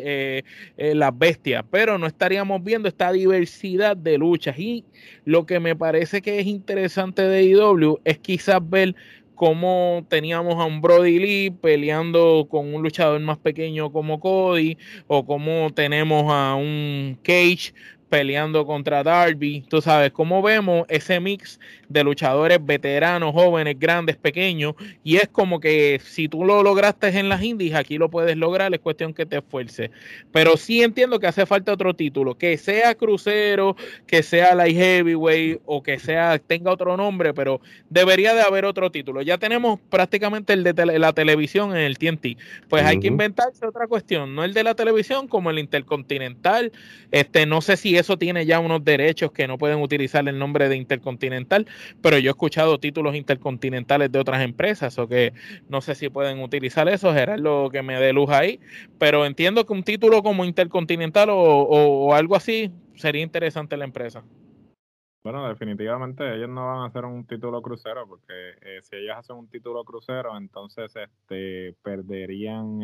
C: las bestias, pero no estaríamos viendo esta diversidad de luchas. Y lo que me parece que es interesante de IW es quizás ver cómo teníamos a un Brody Lee peleando con un luchador más pequeño como Cody, o cómo tenemos a un Cage peleando contra Darby. Tú sabes, cómo vemos ese mix de luchadores veteranos, jóvenes, grandes, pequeños, y es como que si tú lo lograste en las indies, aquí lo puedes lograr, es cuestión que te esfuerces. Pero sí entiendo que hace falta otro título, que sea crucero, que sea light heavyweight o que sea tenga otro nombre, pero debería de haber otro título. Ya tenemos prácticamente el de la televisión en el TNT. Pues hay que
A: Ujú.
C: inventarse otra cuestión, no el de la televisión como el Intercontinental. No sé si eso tiene ya unos derechos que no pueden utilizar el nombre de Intercontinental, pero yo he escuchado títulos intercontinentales de otras empresas, o que no sé si pueden utilizar eso. Gerardo, que me dé luz ahí, pero entiendo que un título como Intercontinental o algo así sería interesante en la empresa.
B: Bueno, definitivamente ellos no van a hacer un título crucero, porque si ellos hacen un título crucero, entonces perderían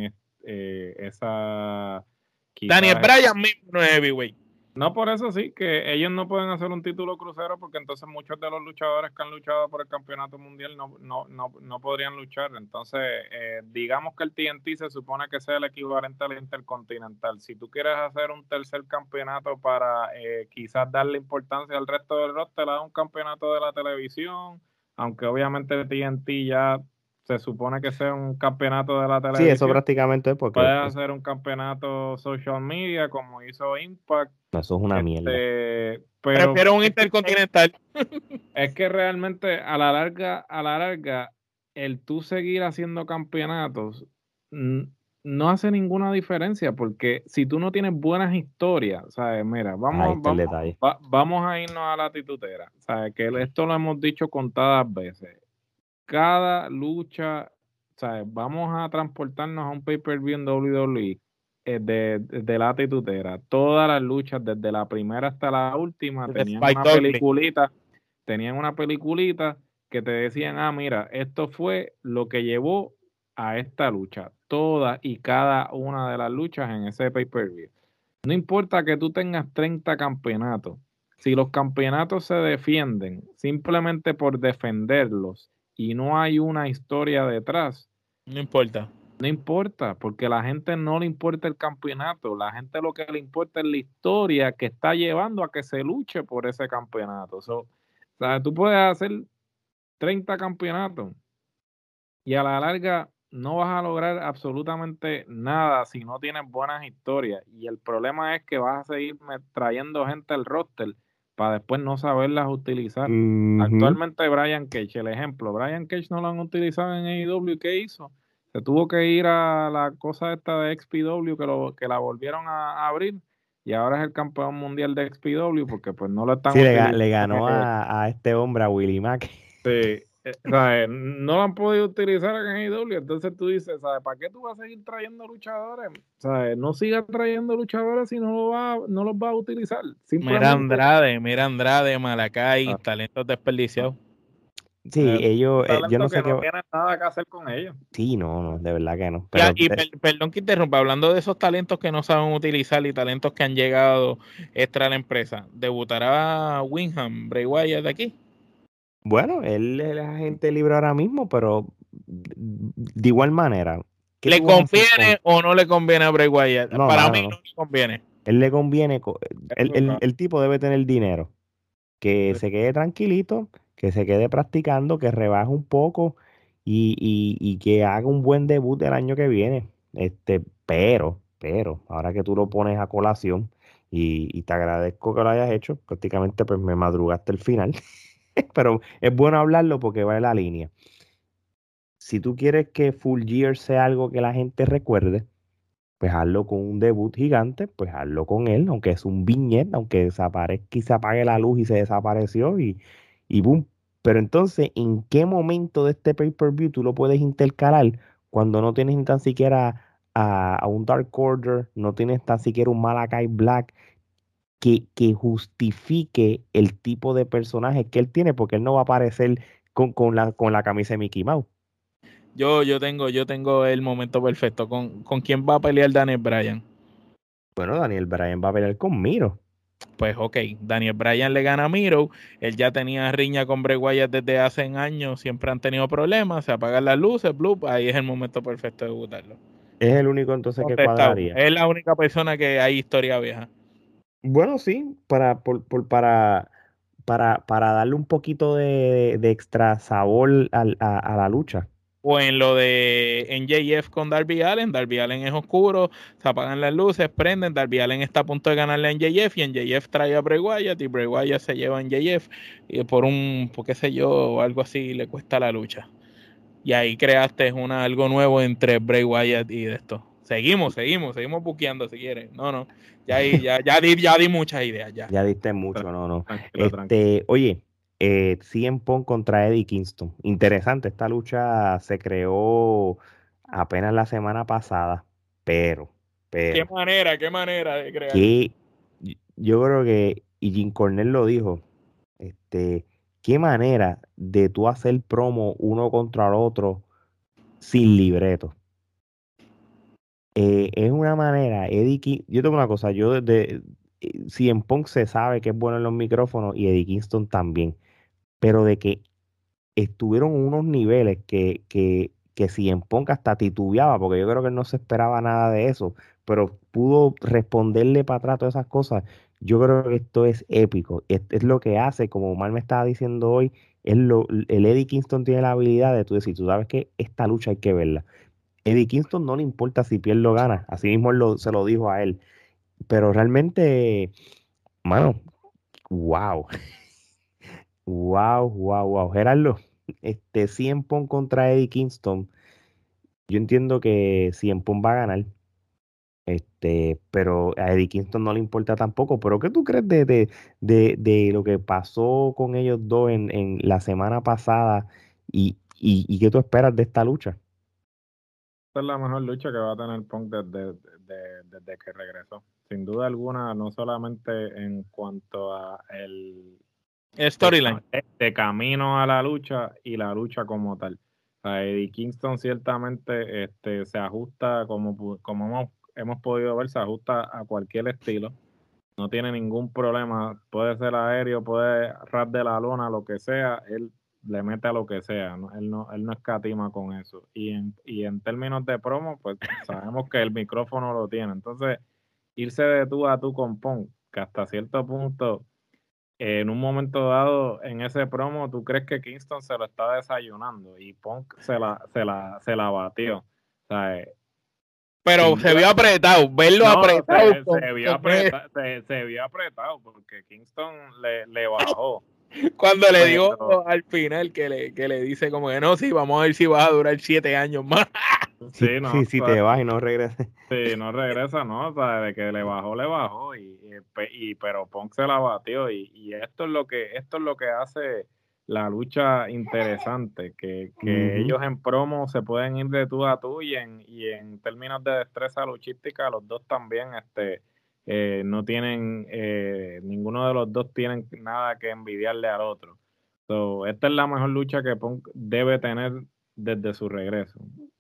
B: esa
C: Daniel
B: quizás.
C: Bryan mismo no es heavyweight.
B: No, por eso sí, que ellos no pueden hacer un título crucero, porque entonces muchos de los luchadores que han luchado por el campeonato mundial no podrían luchar. Entonces, digamos que el TNT se supone que sea el equivalente al Intercontinental. Si tú quieres hacer un tercer campeonato para quizás darle importancia al resto del roster, le das un campeonato de la televisión, aunque obviamente el TNT ya se supone que sea un campeonato de la
A: Sí, eso
B: televisión.
A: prácticamente es porque
B: Puedes hacer un campeonato social media como hizo Impact.
A: eso es una mierda.
B: Pero
C: Prefiero un Intercontinental.
B: es que realmente a la larga, el tú seguir haciendo campeonatos mm, no hace ninguna diferencia, porque si tú no tienes buenas historias, ¿sabes? Mira,
A: Ahí está el detalle.
B: vamos a irnos a la titutera, ¿sabes? Que esto lo hemos dicho contadas veces. Cada lucha, ¿sabes? Vamos a transportarnos a un pay-per-view en WWE, de la titutera. Todas las luchas, desde la primera hasta la última,
C: De Spike Dudley.
B: tenían una peliculita que te decían, ah, mira, esto fue lo que llevó a esta lucha. Todas y cada una de las luchas en ese pay-per-view. No importa que tú tengas 30 campeonatos, si los campeonatos se defienden simplemente por defenderlos y no hay una historia detrás,
C: No importa.
B: no importa, porque a la gente no le importa el campeonato, la gente lo que le importa es la historia que está llevando a que se luche por ese campeonato. O sea, tú puedes hacer 30 campeonatos y a la larga no vas a lograr absolutamente nada si no tienes buenas historias. Y el problema es que vas a seguir trayendo gente al roster para después no saberlas utilizar. Actualmente Brian Cage, el ejemplo, Brian Cage no lo han utilizado en AEW. ¿Qué hizo? Se tuvo que ir a la cosa esta de XPW que la volvieron a abrir, y ahora es el campeón mundial de XPW porque pues no lo están utilizando.
A: Le ganó a este hombre, a Willie Mack.
B: Sí, ¿sabes? No lo han podido utilizar en AEW, entonces tú dices, ¿sabes? ¿Para qué tú vas a seguir trayendo luchadores? ¿Sabes? No sigas trayendo luchadores si no los vas a utilizar.
C: Mira Andrade, Malacay, talentos desperdiciados.
A: Sí, ellos, yo no sé
B: que no tienen nada que hacer con ellos.
A: Sí, no, de verdad que no.
C: Pero perdón que interrumpa, hablando de esos talentos que no saben utilizar y talentos que han llegado extra a la empresa, ¿debutará Windham, Bray Wyatt de aquí?
A: Bueno, él es agente libre ahora mismo, pero de igual manera.
C: ¿Le conviene o no le conviene a Bray Wyatt?
A: No,
C: Para mí no le conviene.
A: Él le conviene, el tipo debe tener dinero, que se quede tranquilito, que se quede practicando, que rebaje un poco y que haga un buen debut el año que viene. Pero, ahora que tú lo pones a colación y te agradezco que lo hayas hecho, prácticamente pues me madrugaste el final, pero es bueno hablarlo porque va en la línea. Si tú quieres que Full Gear sea algo que la gente recuerde, pues hazlo con un debut gigante, pues hazlo con él, aunque es un viñeta, aunque desaparezca y se apague la luz y se desapareció y boom. Pero entonces, ¿en qué momento de este pay-per-view tú lo puedes intercalar cuando no tienes ni tan siquiera a un Dark Order, no tienes tan siquiera un Malakai Black que justifique el tipo de personaje que él tiene? Porque él no va a aparecer con la camisa de Mickey Mouse.
C: Yo tengo el momento perfecto. ¿Con quién va a pelear Daniel Bryan?
A: Bueno, Daniel Bryan va a pelear con Miro.
C: Pues ok, Daniel Bryan le gana a Miro, él ya tenía riña con Bray Wyatt desde hace años, siempre han tenido problemas, se apagan las luces, bloop, ahí es el momento perfecto de debutarlo.
A: Es el único entonces que cuadraría.
C: Es la única persona que hay historia vieja.
A: Bueno, sí, para darle un poquito de extra sabor a la lucha.
C: O en lo de MJF con Darby Allin es oscuro, se apagan las luces, prenden, Darby Allin está a punto de ganarle a MJF y MJF trae a Bray Wyatt y Bray Wyatt se lleva a MJF y por qué sé yo, o algo así le cuesta la lucha. Y ahí creaste algo nuevo entre Bray Wyatt y de esto. Seguimos buqueando si quieres. No, ya di muchas ideas ya.
A: Ya diste mucho, no.
B: Tranquilo.
A: Oye, CM Punk contra Eddie Kingston. Interesante, esta lucha se creó apenas la semana pasada, pero.
C: ¿Qué manera de crear?
A: Que yo creo que, y Jim Cornette lo dijo, qué manera de tú hacer promo uno contra el otro sin libreto. Es una manera, yo tengo una cosa, CM Punk se sabe que es bueno en los micrófonos y Eddie Kingston también, pero de que estuvieron unos niveles que CM Punk hasta titubeaba, porque yo creo que él no se esperaba nada de eso, pero pudo responderle para atrás todas esas cosas. Yo creo que esto es épico, es lo que hace, como Omar me estaba diciendo hoy, el Eddie Kingston tiene la habilidad de tú decir, tú sabes que esta lucha hay que verla. Eddie Kingston no le importa si pierde o gana, así mismo se lo dijo a él, pero realmente, mano, wow, wow, Gerardo, CM Punk contra Eddie Kingston, yo entiendo que CM Punk va a ganar, pero a Eddie Kingston no le importa tampoco, pero ¿qué tú crees de lo que pasó con ellos dos en la semana pasada y qué tú esperas de esta lucha?
B: Esta es la mejor lucha que va a tener Punk desde que regresó. Sin duda alguna, no solamente en cuanto a el
C: Storyline.
B: de camino a la lucha y la lucha como tal. O sea, Eddie Kingston ciertamente se ajusta, como hemos podido ver, se ajusta a cualquier estilo. No tiene ningún problema. Puede ser aéreo, puede ras de la lona, lo que sea. Él le mete a lo que sea, ¿no? Él no escatima con eso. Y en términos de promo, pues sabemos que el micrófono lo tiene. Entonces, irse de tú a tú con Punk, que hasta cierto punto en un momento dado, en ese promo, ¿tú crees que Kingston se lo está desayunando? Y Punk se la batió. O sea,
C: pero se vio apretado, verlo apretado.
B: Se vio apretado porque Kingston le bajó.
C: Cuando le digo al final que le dice como que no, sí, vamos a ver si vas a durar 7 años más.
A: Sí, no, si te vas y no regresas.
B: Sí, no regresa, ¿no? O sea, de que le bajó, pero Punk se la batió y esto es lo que hace la lucha interesante, que ellos en promo se pueden ir de tú a tú y en términos de destreza luchística los dos también no tienen, ninguno de los dos tienen nada que envidiarle al otro. So, esta es la mejor lucha que Punk debe tener desde su regreso.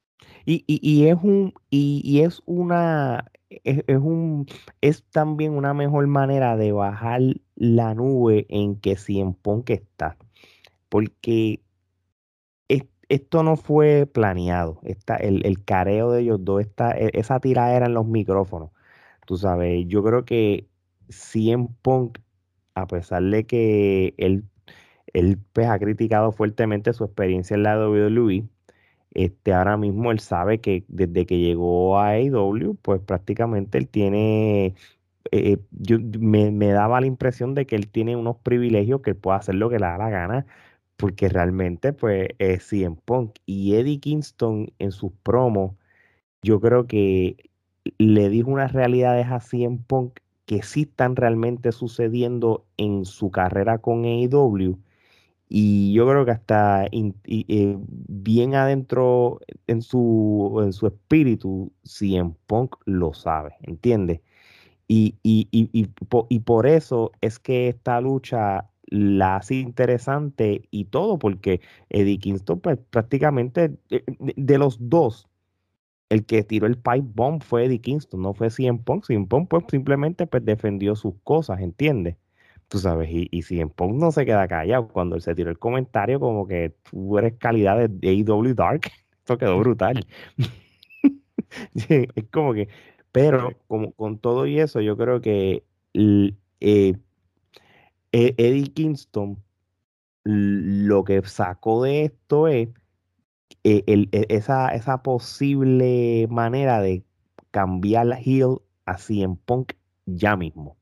A: Es también una mejor manera de bajar la nube en que CM Punk está. Porque esto no fue planeado. El careo de ellos dos, esa tiradera en los micrófonos. Tú sabes, yo creo que CM Punk, a pesar de que él pues, ha criticado fuertemente su experiencia en la WWE, ahora mismo él sabe que desde que llegó a AEW, pues prácticamente él tiene, me daba la impresión de que él tiene unos privilegios que él puede hacer lo que le da la gana, porque realmente pues es CM Punk y Eddie Kingston en sus promos, yo creo que le dijo unas realidades a CM Punk que sí están realmente sucediendo en su carrera con AEW. Y yo creo que hasta bien adentro en su espíritu, CM Punk lo sabe, ¿entiendes? Y por eso es que esta lucha la hace interesante y todo, porque Eddie Kingston, pues prácticamente de los dos, el que tiró el pipe bomb fue Eddie Kingston, no fue CM Punk. CM Punk pues simplemente pues, defendió sus cosas, ¿entiendes? Tú sabes, y CM Punk no se queda callado. Cuando él se tiró el comentario como que tú eres calidad de AEW Dark, esto quedó brutal. Sí, es como que, pero como con todo y eso, yo creo que Eddie Kingston lo que sacó de esto es esa posible manera de cambiar la heel a CM Punk ya mismo.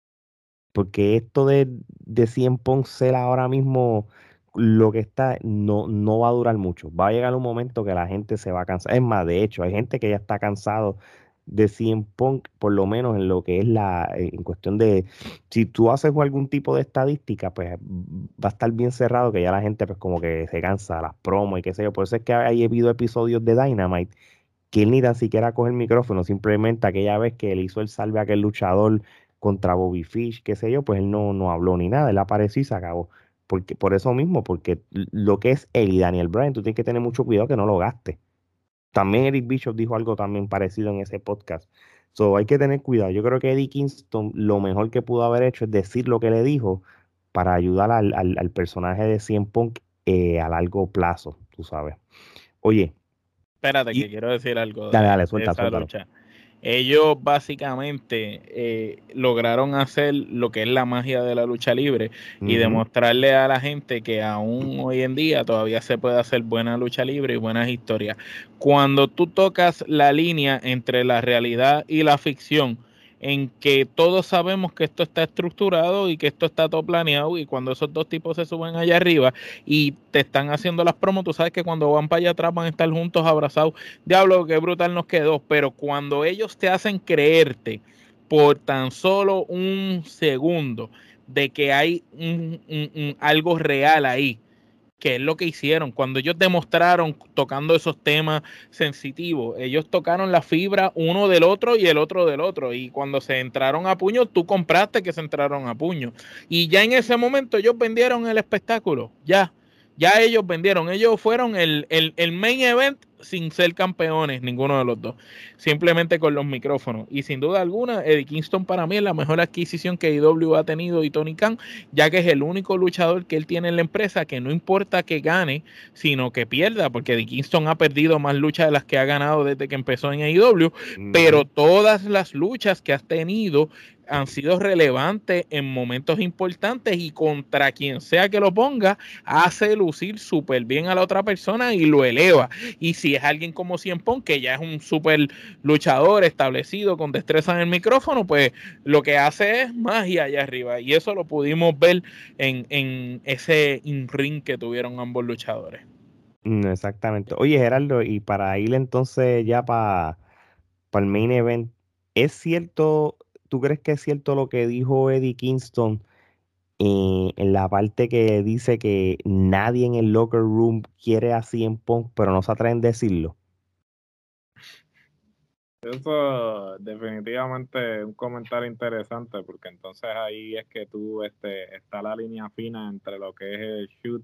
A: Porque esto de CM Punk ser ahora mismo lo que está, no va a durar mucho. Va a llegar un momento que la gente se va a cansar. Es más, de hecho, hay gente que ya está cansado de CM Punk, por lo menos en lo que es en cuestión de, si tú haces algún tipo de estadística, pues va a estar bien cerrado, que ya la gente pues como que se cansa de las promos y qué sé yo. Por eso es que hay habido episodios de Dynamite que él ni tan siquiera coge el micrófono, simplemente aquella vez que él hizo el salve a aquel luchador contra Bobby Fish, qué sé yo, pues él no habló ni nada, él apareció y se acabó. Por eso mismo, porque lo que es él y Daniel Bryan, tú tienes que tener mucho cuidado que no lo gastes. También Eric Bischoff dijo algo también parecido en ese podcast. So, hay que tener cuidado. Yo creo que Eddie Kingston lo mejor que pudo haber hecho es decir lo que le dijo para ayudar al personaje de CM Punk a largo plazo, tú sabes. Oye.
C: Espérate, que quiero decir algo
A: Dale,
C: de esa lucha. Ellos básicamente lograron hacer lo que es la magia de la lucha libre y demostrarle a la gente que aún hoy en día todavía se puede hacer buena lucha libre y buenas historias. Cuando tú tocas la línea entre la realidad y la ficción, en que todos sabemos que esto está estructurado y que esto está todo planeado, y cuando esos dos tipos se suben allá arriba y te están haciendo las promos, tú sabes que cuando van para allá atrás van a estar juntos, abrazados. Diablo, qué brutal nos quedó. Pero cuando ellos te hacen creerte por tan solo un segundo de que hay algo real ahí, que es lo que hicieron. Cuando ellos demostraron tocando esos temas sensitivos, ellos tocaron la fibra uno del otro y el otro del otro. Y cuando se entraron a puño, tú compraste que se entraron a puño. Y ya en ese momento ellos vendieron el espectáculo. Ya ellos vendieron. Ellos fueron el main event sin ser campeones, ninguno de los dos. Simplemente con los micrófonos. Y sin duda alguna, Eddie Kingston para mí es la mejor adquisición que AEW ha tenido, y Tony Khan, ya que es el único luchador que él tiene en la empresa que no importa que gane, sino que pierda, porque Eddie Kingston ha perdido más luchas de las que ha ganado desde que empezó en AEW, pero todas las luchas que has tenido han sido relevantes en momentos importantes y contra quien sea que lo ponga, hace lucir súper bien a la otra persona y lo eleva. Y si es alguien como CM Punk, que ya es un súper luchador establecido con destreza en el micrófono, pues lo que hace es magia allá arriba. Y eso lo pudimos ver en ese ring que tuvieron ambos luchadores.
A: Exactamente. Oye, Gerardo, y para ir entonces ya para el main event, ¿es cierto, tú crees que es cierto lo que dijo Eddie Kingston en la parte que dice que nadie en el locker room quiere a CM Punk, pero no se atreven a decirlo?
B: Eso definitivamente es un comentario interesante, porque entonces ahí es que tú está la línea fina entre lo que es el shoot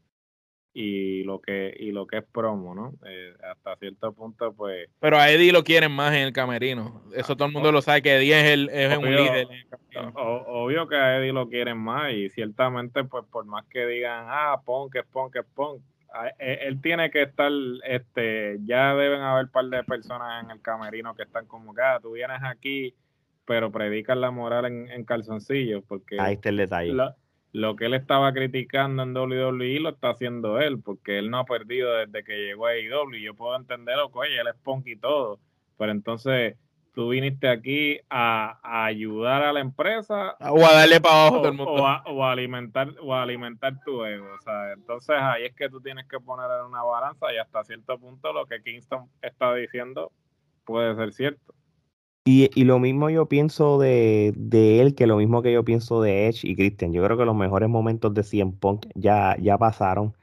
B: y lo que es promo, ¿no? Hasta cierto punto, pues,
C: Pero a Eddie lo quieren más en el camerino. Eso todo el mundo lo sabe, que Eddie es un líder en el camerino.
B: obvio que a Eddie lo quieren más, y ciertamente, pues, por más que digan, Punk es Punk es Punk, él tiene que estar, ya deben haber un par de personas en el camerino que están como que, tú vienes aquí, pero predican la moral en calzoncillos, porque
A: Ahí está el detalle.
B: lo que él estaba criticando en WWE lo está haciendo él, porque él no ha perdido desde que llegó a AEW. Yo puedo entenderlo, oye, él es Punk y todo, pero entonces tú viniste aquí a ayudar a la empresa
C: O a darle para abajo a todo el mundo.
B: o a alimentar tu ego. O sea, entonces ahí es que tú tienes que poner en una balanza, y hasta cierto punto lo que Kingston está diciendo puede ser cierto.
A: Y lo mismo yo pienso de él, que lo mismo que yo pienso de Edge y Christian. Yo creo que los mejores momentos de CM Punk ya pasaron.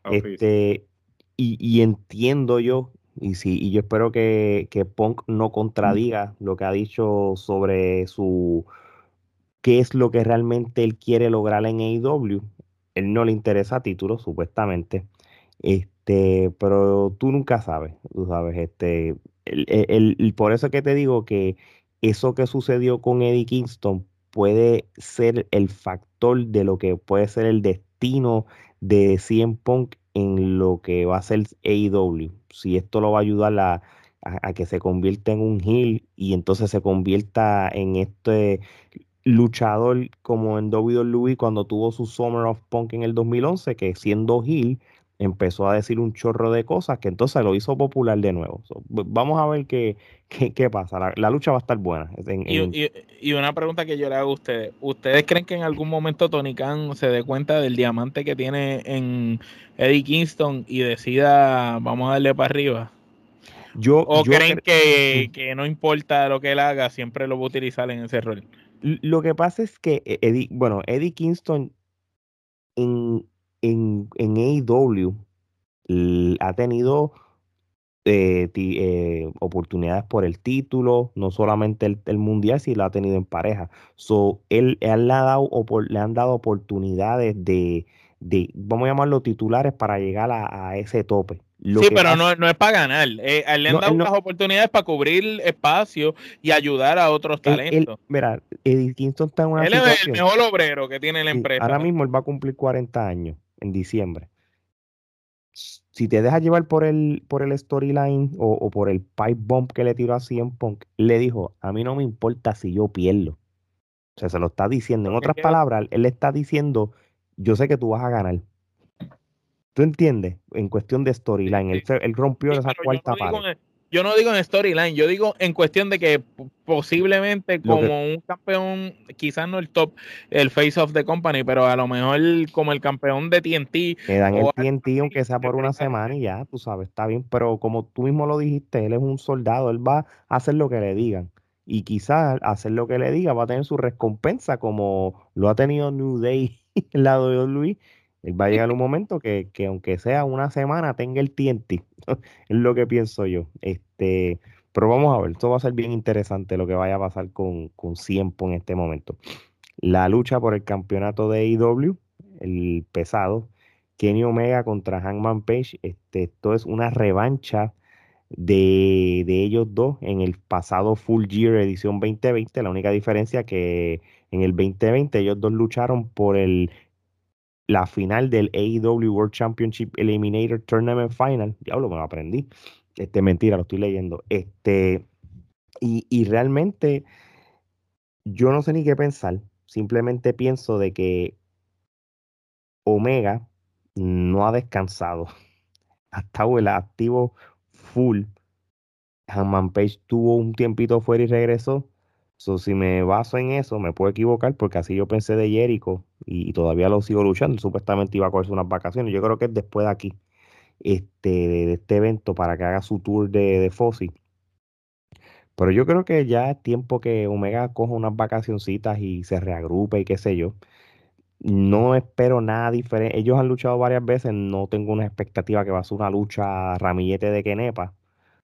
A: Y entiendo yo, y yo espero que Punk no contradiga lo que ha dicho sobre qué es lo que realmente él quiere lograr en AEW. Él no le interesa títulos, supuestamente. Pero tú nunca sabes, tú sabes, por eso es que te digo que eso que sucedió con Eddie Kingston puede ser el factor de lo que puede ser el destino de CM Punk en lo que va a ser AEW. Si esto lo va a ayudar a que se convierta en un heel y entonces se convierta en este luchador como en WWE cuando tuvo su Summer of Punk en el 2011, que siendo heel empezó a decir un chorro de cosas que entonces lo hizo popular de nuevo. Vamos a ver qué pasa. La lucha va a estar buena.
C: Y una pregunta que yo le hago a ustedes. ¿Ustedes creen que en algún momento Tony Khan se dé cuenta del diamante que tiene en Eddie Kingston y decida, vamos a darle para arriba? ¿O creen que no importa lo que él haga, siempre lo va a utilizar en ese rol?
A: Lo que pasa es que Eddie Kingston en AEW ha tenido oportunidades por el título, no solamente el mundial, si lo ha tenido en pareja. Él le han dado oportunidades vamos a llamarlo titulares para llegar a ese tope.
C: Sí, pero no es para ganar. A él le han dado unas oportunidades para cubrir espacio y ayudar a otros talentos.
A: Mira, Eddie Kingston está en una
C: Él es el mejor obrero que tiene la empresa.
A: Ahora mismo él va a cumplir 40 años en diciembre. Si te dejas llevar por el storyline o por el pipe bomb que le tiró a CM Punk, le dijo, a mí no me importa si yo pierdo. O sea, se lo está diciendo. En otras palabras, él le está diciendo, yo sé que tú vas a ganar. ¿Tú entiendes? En cuestión de storyline. Él rompió esa cuarta pared.
C: Yo no digo en storyline, yo digo en cuestión de que posiblemente como un campeón, quizás no el top, el face of the company, pero a lo mejor como el campeón de TNT.
A: Le dan el TNT aunque sea por una semana y ya, tú sabes, está bien. Pero como tú mismo lo dijiste, él es un soldado, él va a hacer lo que le digan. Y quizás hacer lo que le diga va a tener su recompensa como lo ha tenido New Day en la WWE. Él va a llegar un momento que aunque sea una semana tenga el TNT. Es lo que pienso yo. Pero vamos a ver, esto va a ser bien interesante lo que vaya a pasar con Ciempo en este momento. La lucha por el campeonato de AEW, el pesado, Kenny Omega contra Hangman Page. Esto es una revancha de ellos dos en el pasado Full Gear edición 2020. La única diferencia que en el 2020 ellos dos lucharon por la final del AEW World Championship Eliminator Tournament Final. Diablo, me lo aprendí. Mentira, lo estoy leyendo. Y realmente yo no sé ni qué pensar. Simplemente pienso de que Omega no ha descansado. Ha estado el activo full. Hangman Page tuvo un tiempito fuera y regresó. So, si me baso en eso, me puedo equivocar porque así yo pensé de Jericho y todavía lo sigo luchando. Supuestamente iba a cogerse unas vacaciones. Yo creo que es después de aquí, de este evento para que haga su tour de Fozzy. Pero yo creo que ya es tiempo que Omega coja unas vacacioncitas y se reagrupe y qué sé yo. No espero nada diferente. Ellos han luchado varias veces. No tengo una expectativa que va a ser una lucha ramillete de Kenepa.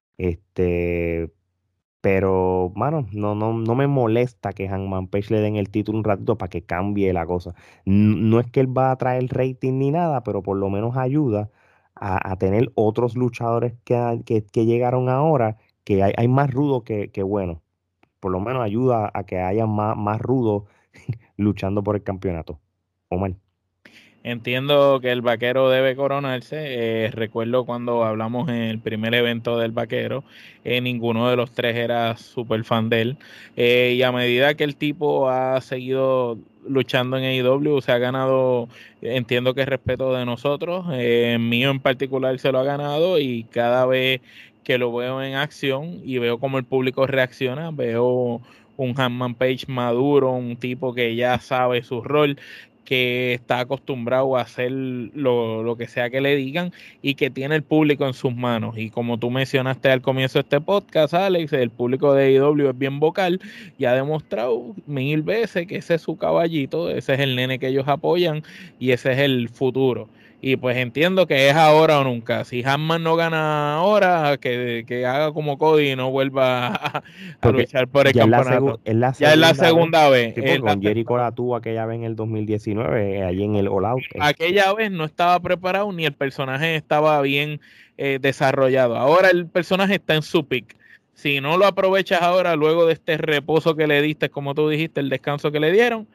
A: Este, pero, mano, no me molesta que Hangman Page le den el título un ratito para que cambie la cosa. No es que él va a traer rating ni nada, pero por lo menos ayuda a tener otros luchadores que llegaron ahora, que hay más rudo que bueno. Por lo menos ayuda a que haya más rudo luchando por el campeonato. Omar.
C: Entiendo que el vaquero debe coronarse. Recuerdo cuando hablamos en el primer evento del vaquero, ninguno de los tres era súper fan de él. Y a medida que el tipo ha seguido luchando en AEW, se ha ganado, entiendo que es respeto de nosotros. Mío en particular se lo ha ganado y cada vez que lo veo en acción y veo cómo el público reacciona, veo un Hangman Page maduro, un tipo que ya sabe su rol, que está acostumbrado a hacer lo que sea que le digan y que tiene el público en sus manos. Y como tú mencionaste al comienzo de este podcast, Alex, el público de AEW es bien vocal y ha demostrado 1000 veces que ese es su caballito, ese es el nene que ellos apoyan y ese es el futuro. Y pues entiendo que es ahora o nunca. Si Hanman no gana ahora, que haga como Cody y no vuelva a
A: Porque
C: luchar por el
A: ya
C: campeonato.
A: es la
C: Ya es la
A: segunda vez.
C: segunda vez.
A: Sí,
C: Es
A: porque
C: la
A: con Jericho
C: segunda vez.
A: la tuvo aquella vez en el 2019, allí en el All Out.
C: Aquella vez no estaba preparado ni el personaje estaba bien desarrollado. Ahora el personaje está en su pick. Si no lo aprovechas ahora, luego de este reposo que le diste, como tú dijiste, el descanso que le dieron,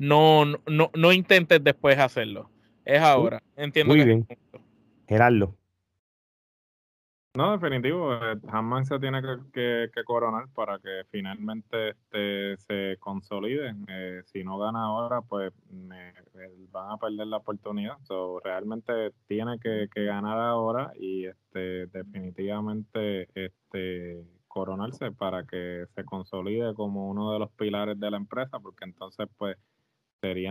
C: no intentes después hacerlo. Es
A: Muy,
C: ahora. Entiendo
A: muy
C: que es
A: bien.
C: el punto.
A: Gerardo.
B: No, definitivo, Hammond se tiene que coronar para que finalmente se consolide. Si no gana ahora, pues van a perder la oportunidad. So, realmente tiene que ganar ahora y definitivamente coronarse para que se consolide como uno de los pilares de la empresa, porque entonces pues sería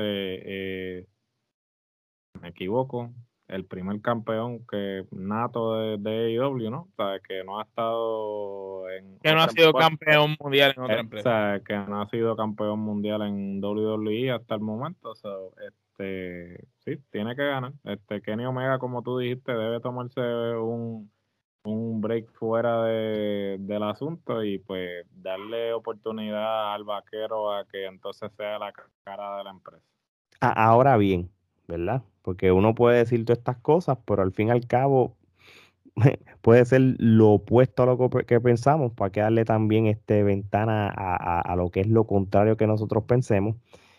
B: me equivoco, el primer campeón que nato de AEW, ¿no? O sea, que no ha estado en
C: Que no ha
B: otra
C: sido
B: empresa,
C: campeón mundial en otra
B: o
C: empresa.
B: sea, que no ha sido campeón mundial en WWE hasta el momento. So, sí, tiene que ganar. Kenny Omega, como tú dijiste, debe tomarse un break fuera del asunto y pues darle oportunidad al vaquero a que entonces sea la cara de la empresa.
A: Ahora bien, ¿verdad? Porque uno puede decir todas estas cosas, pero al fin y al cabo puede ser lo opuesto a lo que pensamos, para que darle también ventana a lo que es lo contrario que nosotros pensemos.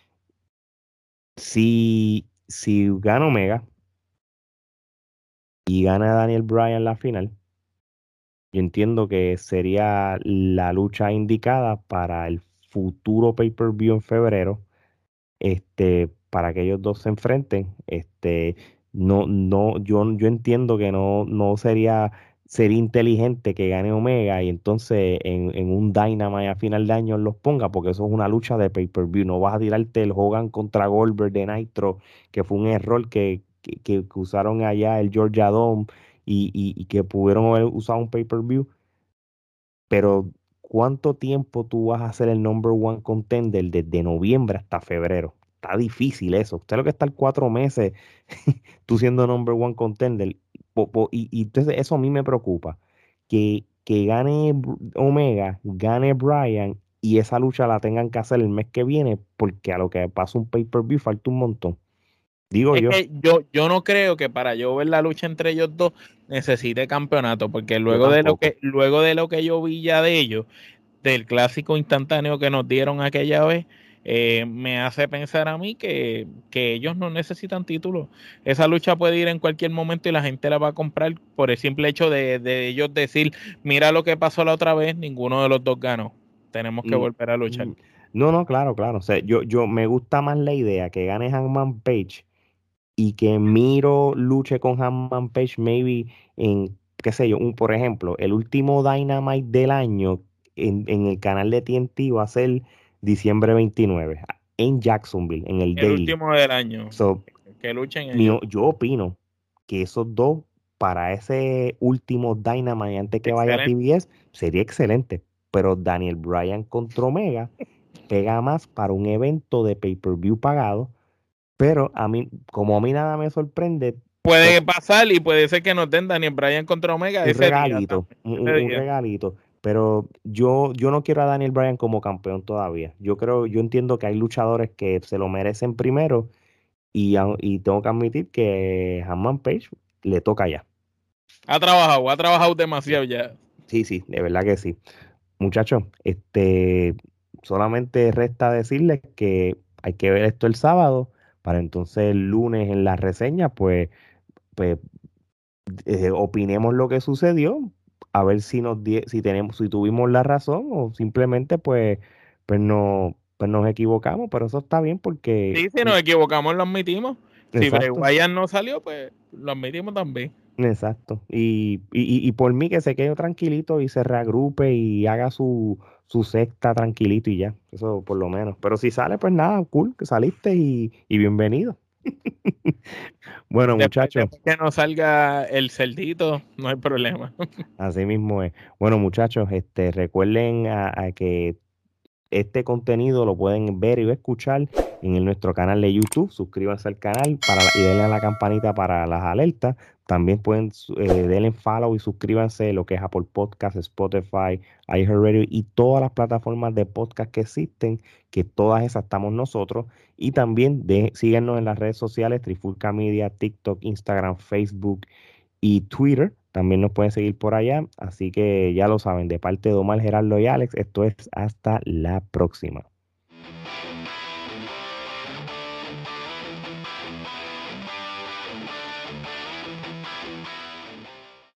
A: Si gana Omega y gana Daniel Bryan la final, yo entiendo que sería la lucha indicada para el futuro pay-per-view en febrero, para que ellos dos se enfrenten. Yo entiendo que no sería inteligente que gane Omega y entonces en un Dynamite a final de año los ponga, porque eso es una lucha de pay-per-view. No vas a tirarte el Hogan contra Goldberg de Nitro, que fue un error que usaron allá el Georgia Dome y que pudieron haber usado un pay-per-view. Pero ¿cuánto tiempo tú vas a ser el number one contender desde noviembre hasta febrero? Está difícil eso. Usted lo que está 4 meses tú siendo number one contender. Y entonces eso a mí me preocupa. Que gane Omega, gane Bryan y esa lucha la tengan que hacer el mes que viene porque a lo que pasa un pay-per-view falta un montón. Digo
C: Es
A: yo.
C: que yo no creo que para yo ver la lucha entre ellos dos necesite campeonato, porque
A: Yo tampoco.
C: luego de lo que yo vi ya de ellos, del clásico instantáneo que nos dieron aquella vez, me hace pensar a mí que ellos no necesitan títulos. Esa lucha puede ir en cualquier momento y la gente la va a comprar por el simple hecho de ellos decir, mira lo que pasó la otra vez, ninguno de los dos ganó. Tenemos que
A: Mm,
C: volver a luchar.
A: mm, No, claro, claro. O sea, yo me gusta más la idea que gane Hangman Page y que Miro luche con Hangman Page, maybe en, qué sé yo, por ejemplo, el último Dynamite del año en el canal de TNT va a ser diciembre 29 en Jacksonville, en el
C: El
A: Daily.
C: último del año.
A: So,
C: Que luchen ellos.
A: yo opino que esos dos, para ese último Dynamite antes que vaya a
C: Excelente.
A: TBS, sería excelente. Pero Daniel Bryan contra Omega pega más para un evento de pay-per-view pagado. Pero como a mí nada me sorprende, pues
C: Puede pasar y puede ser que nos den Daniel Bryan contra Omega
A: un
C: ese día
A: regalito,
C: también. Ese
A: un
C: día.
A: regalito. Pero yo no quiero a Daniel Bryan como campeón todavía. Yo entiendo que hay luchadores que se lo merecen primero y tengo que admitir que Hangman Page le toca ya.
C: Ha trabajado demasiado ya.
A: Sí, sí, de verdad que sí. Muchachos, solamente resta decirles que hay que ver esto el sábado para entonces el lunes en la reseña, pues opinemos lo que sucedió, a ver si tuvimos la razón o simplemente pues nos equivocamos, pero eso está bien porque
C: Sí, si nos equivocamos lo admitimos. Si Bray
A: exacto.
C: Wyatt no salió, pues lo admitimos también.
A: Exacto. Y por mí que se quede tranquilito y se reagrupe y haga su secta tranquilito y ya. Eso por lo menos. Pero si sale, pues nada, cool, que saliste y bienvenido. Bueno, muchachos,
C: Después que no salga el cerdito, no hay problema.
A: así mismo es. Bueno, muchachos, recuerden a que este contenido lo pueden ver y escuchar en nuestro canal de YouTube. Suscríbanse al canal y denle a la campanita para las alertas. También pueden denle follow y suscríbanse lo que es Apple Podcast, Spotify, iHeartRadio y todas las plataformas de podcast que existen, que todas esas estamos nosotros. Y también síguenos en las redes sociales, Trifulca Media, TikTok, Instagram, Facebook y Twitter. También nos pueden seguir por allá. Así que ya lo saben, de parte de Omar, Gerardo y Alex, esto es hasta la próxima.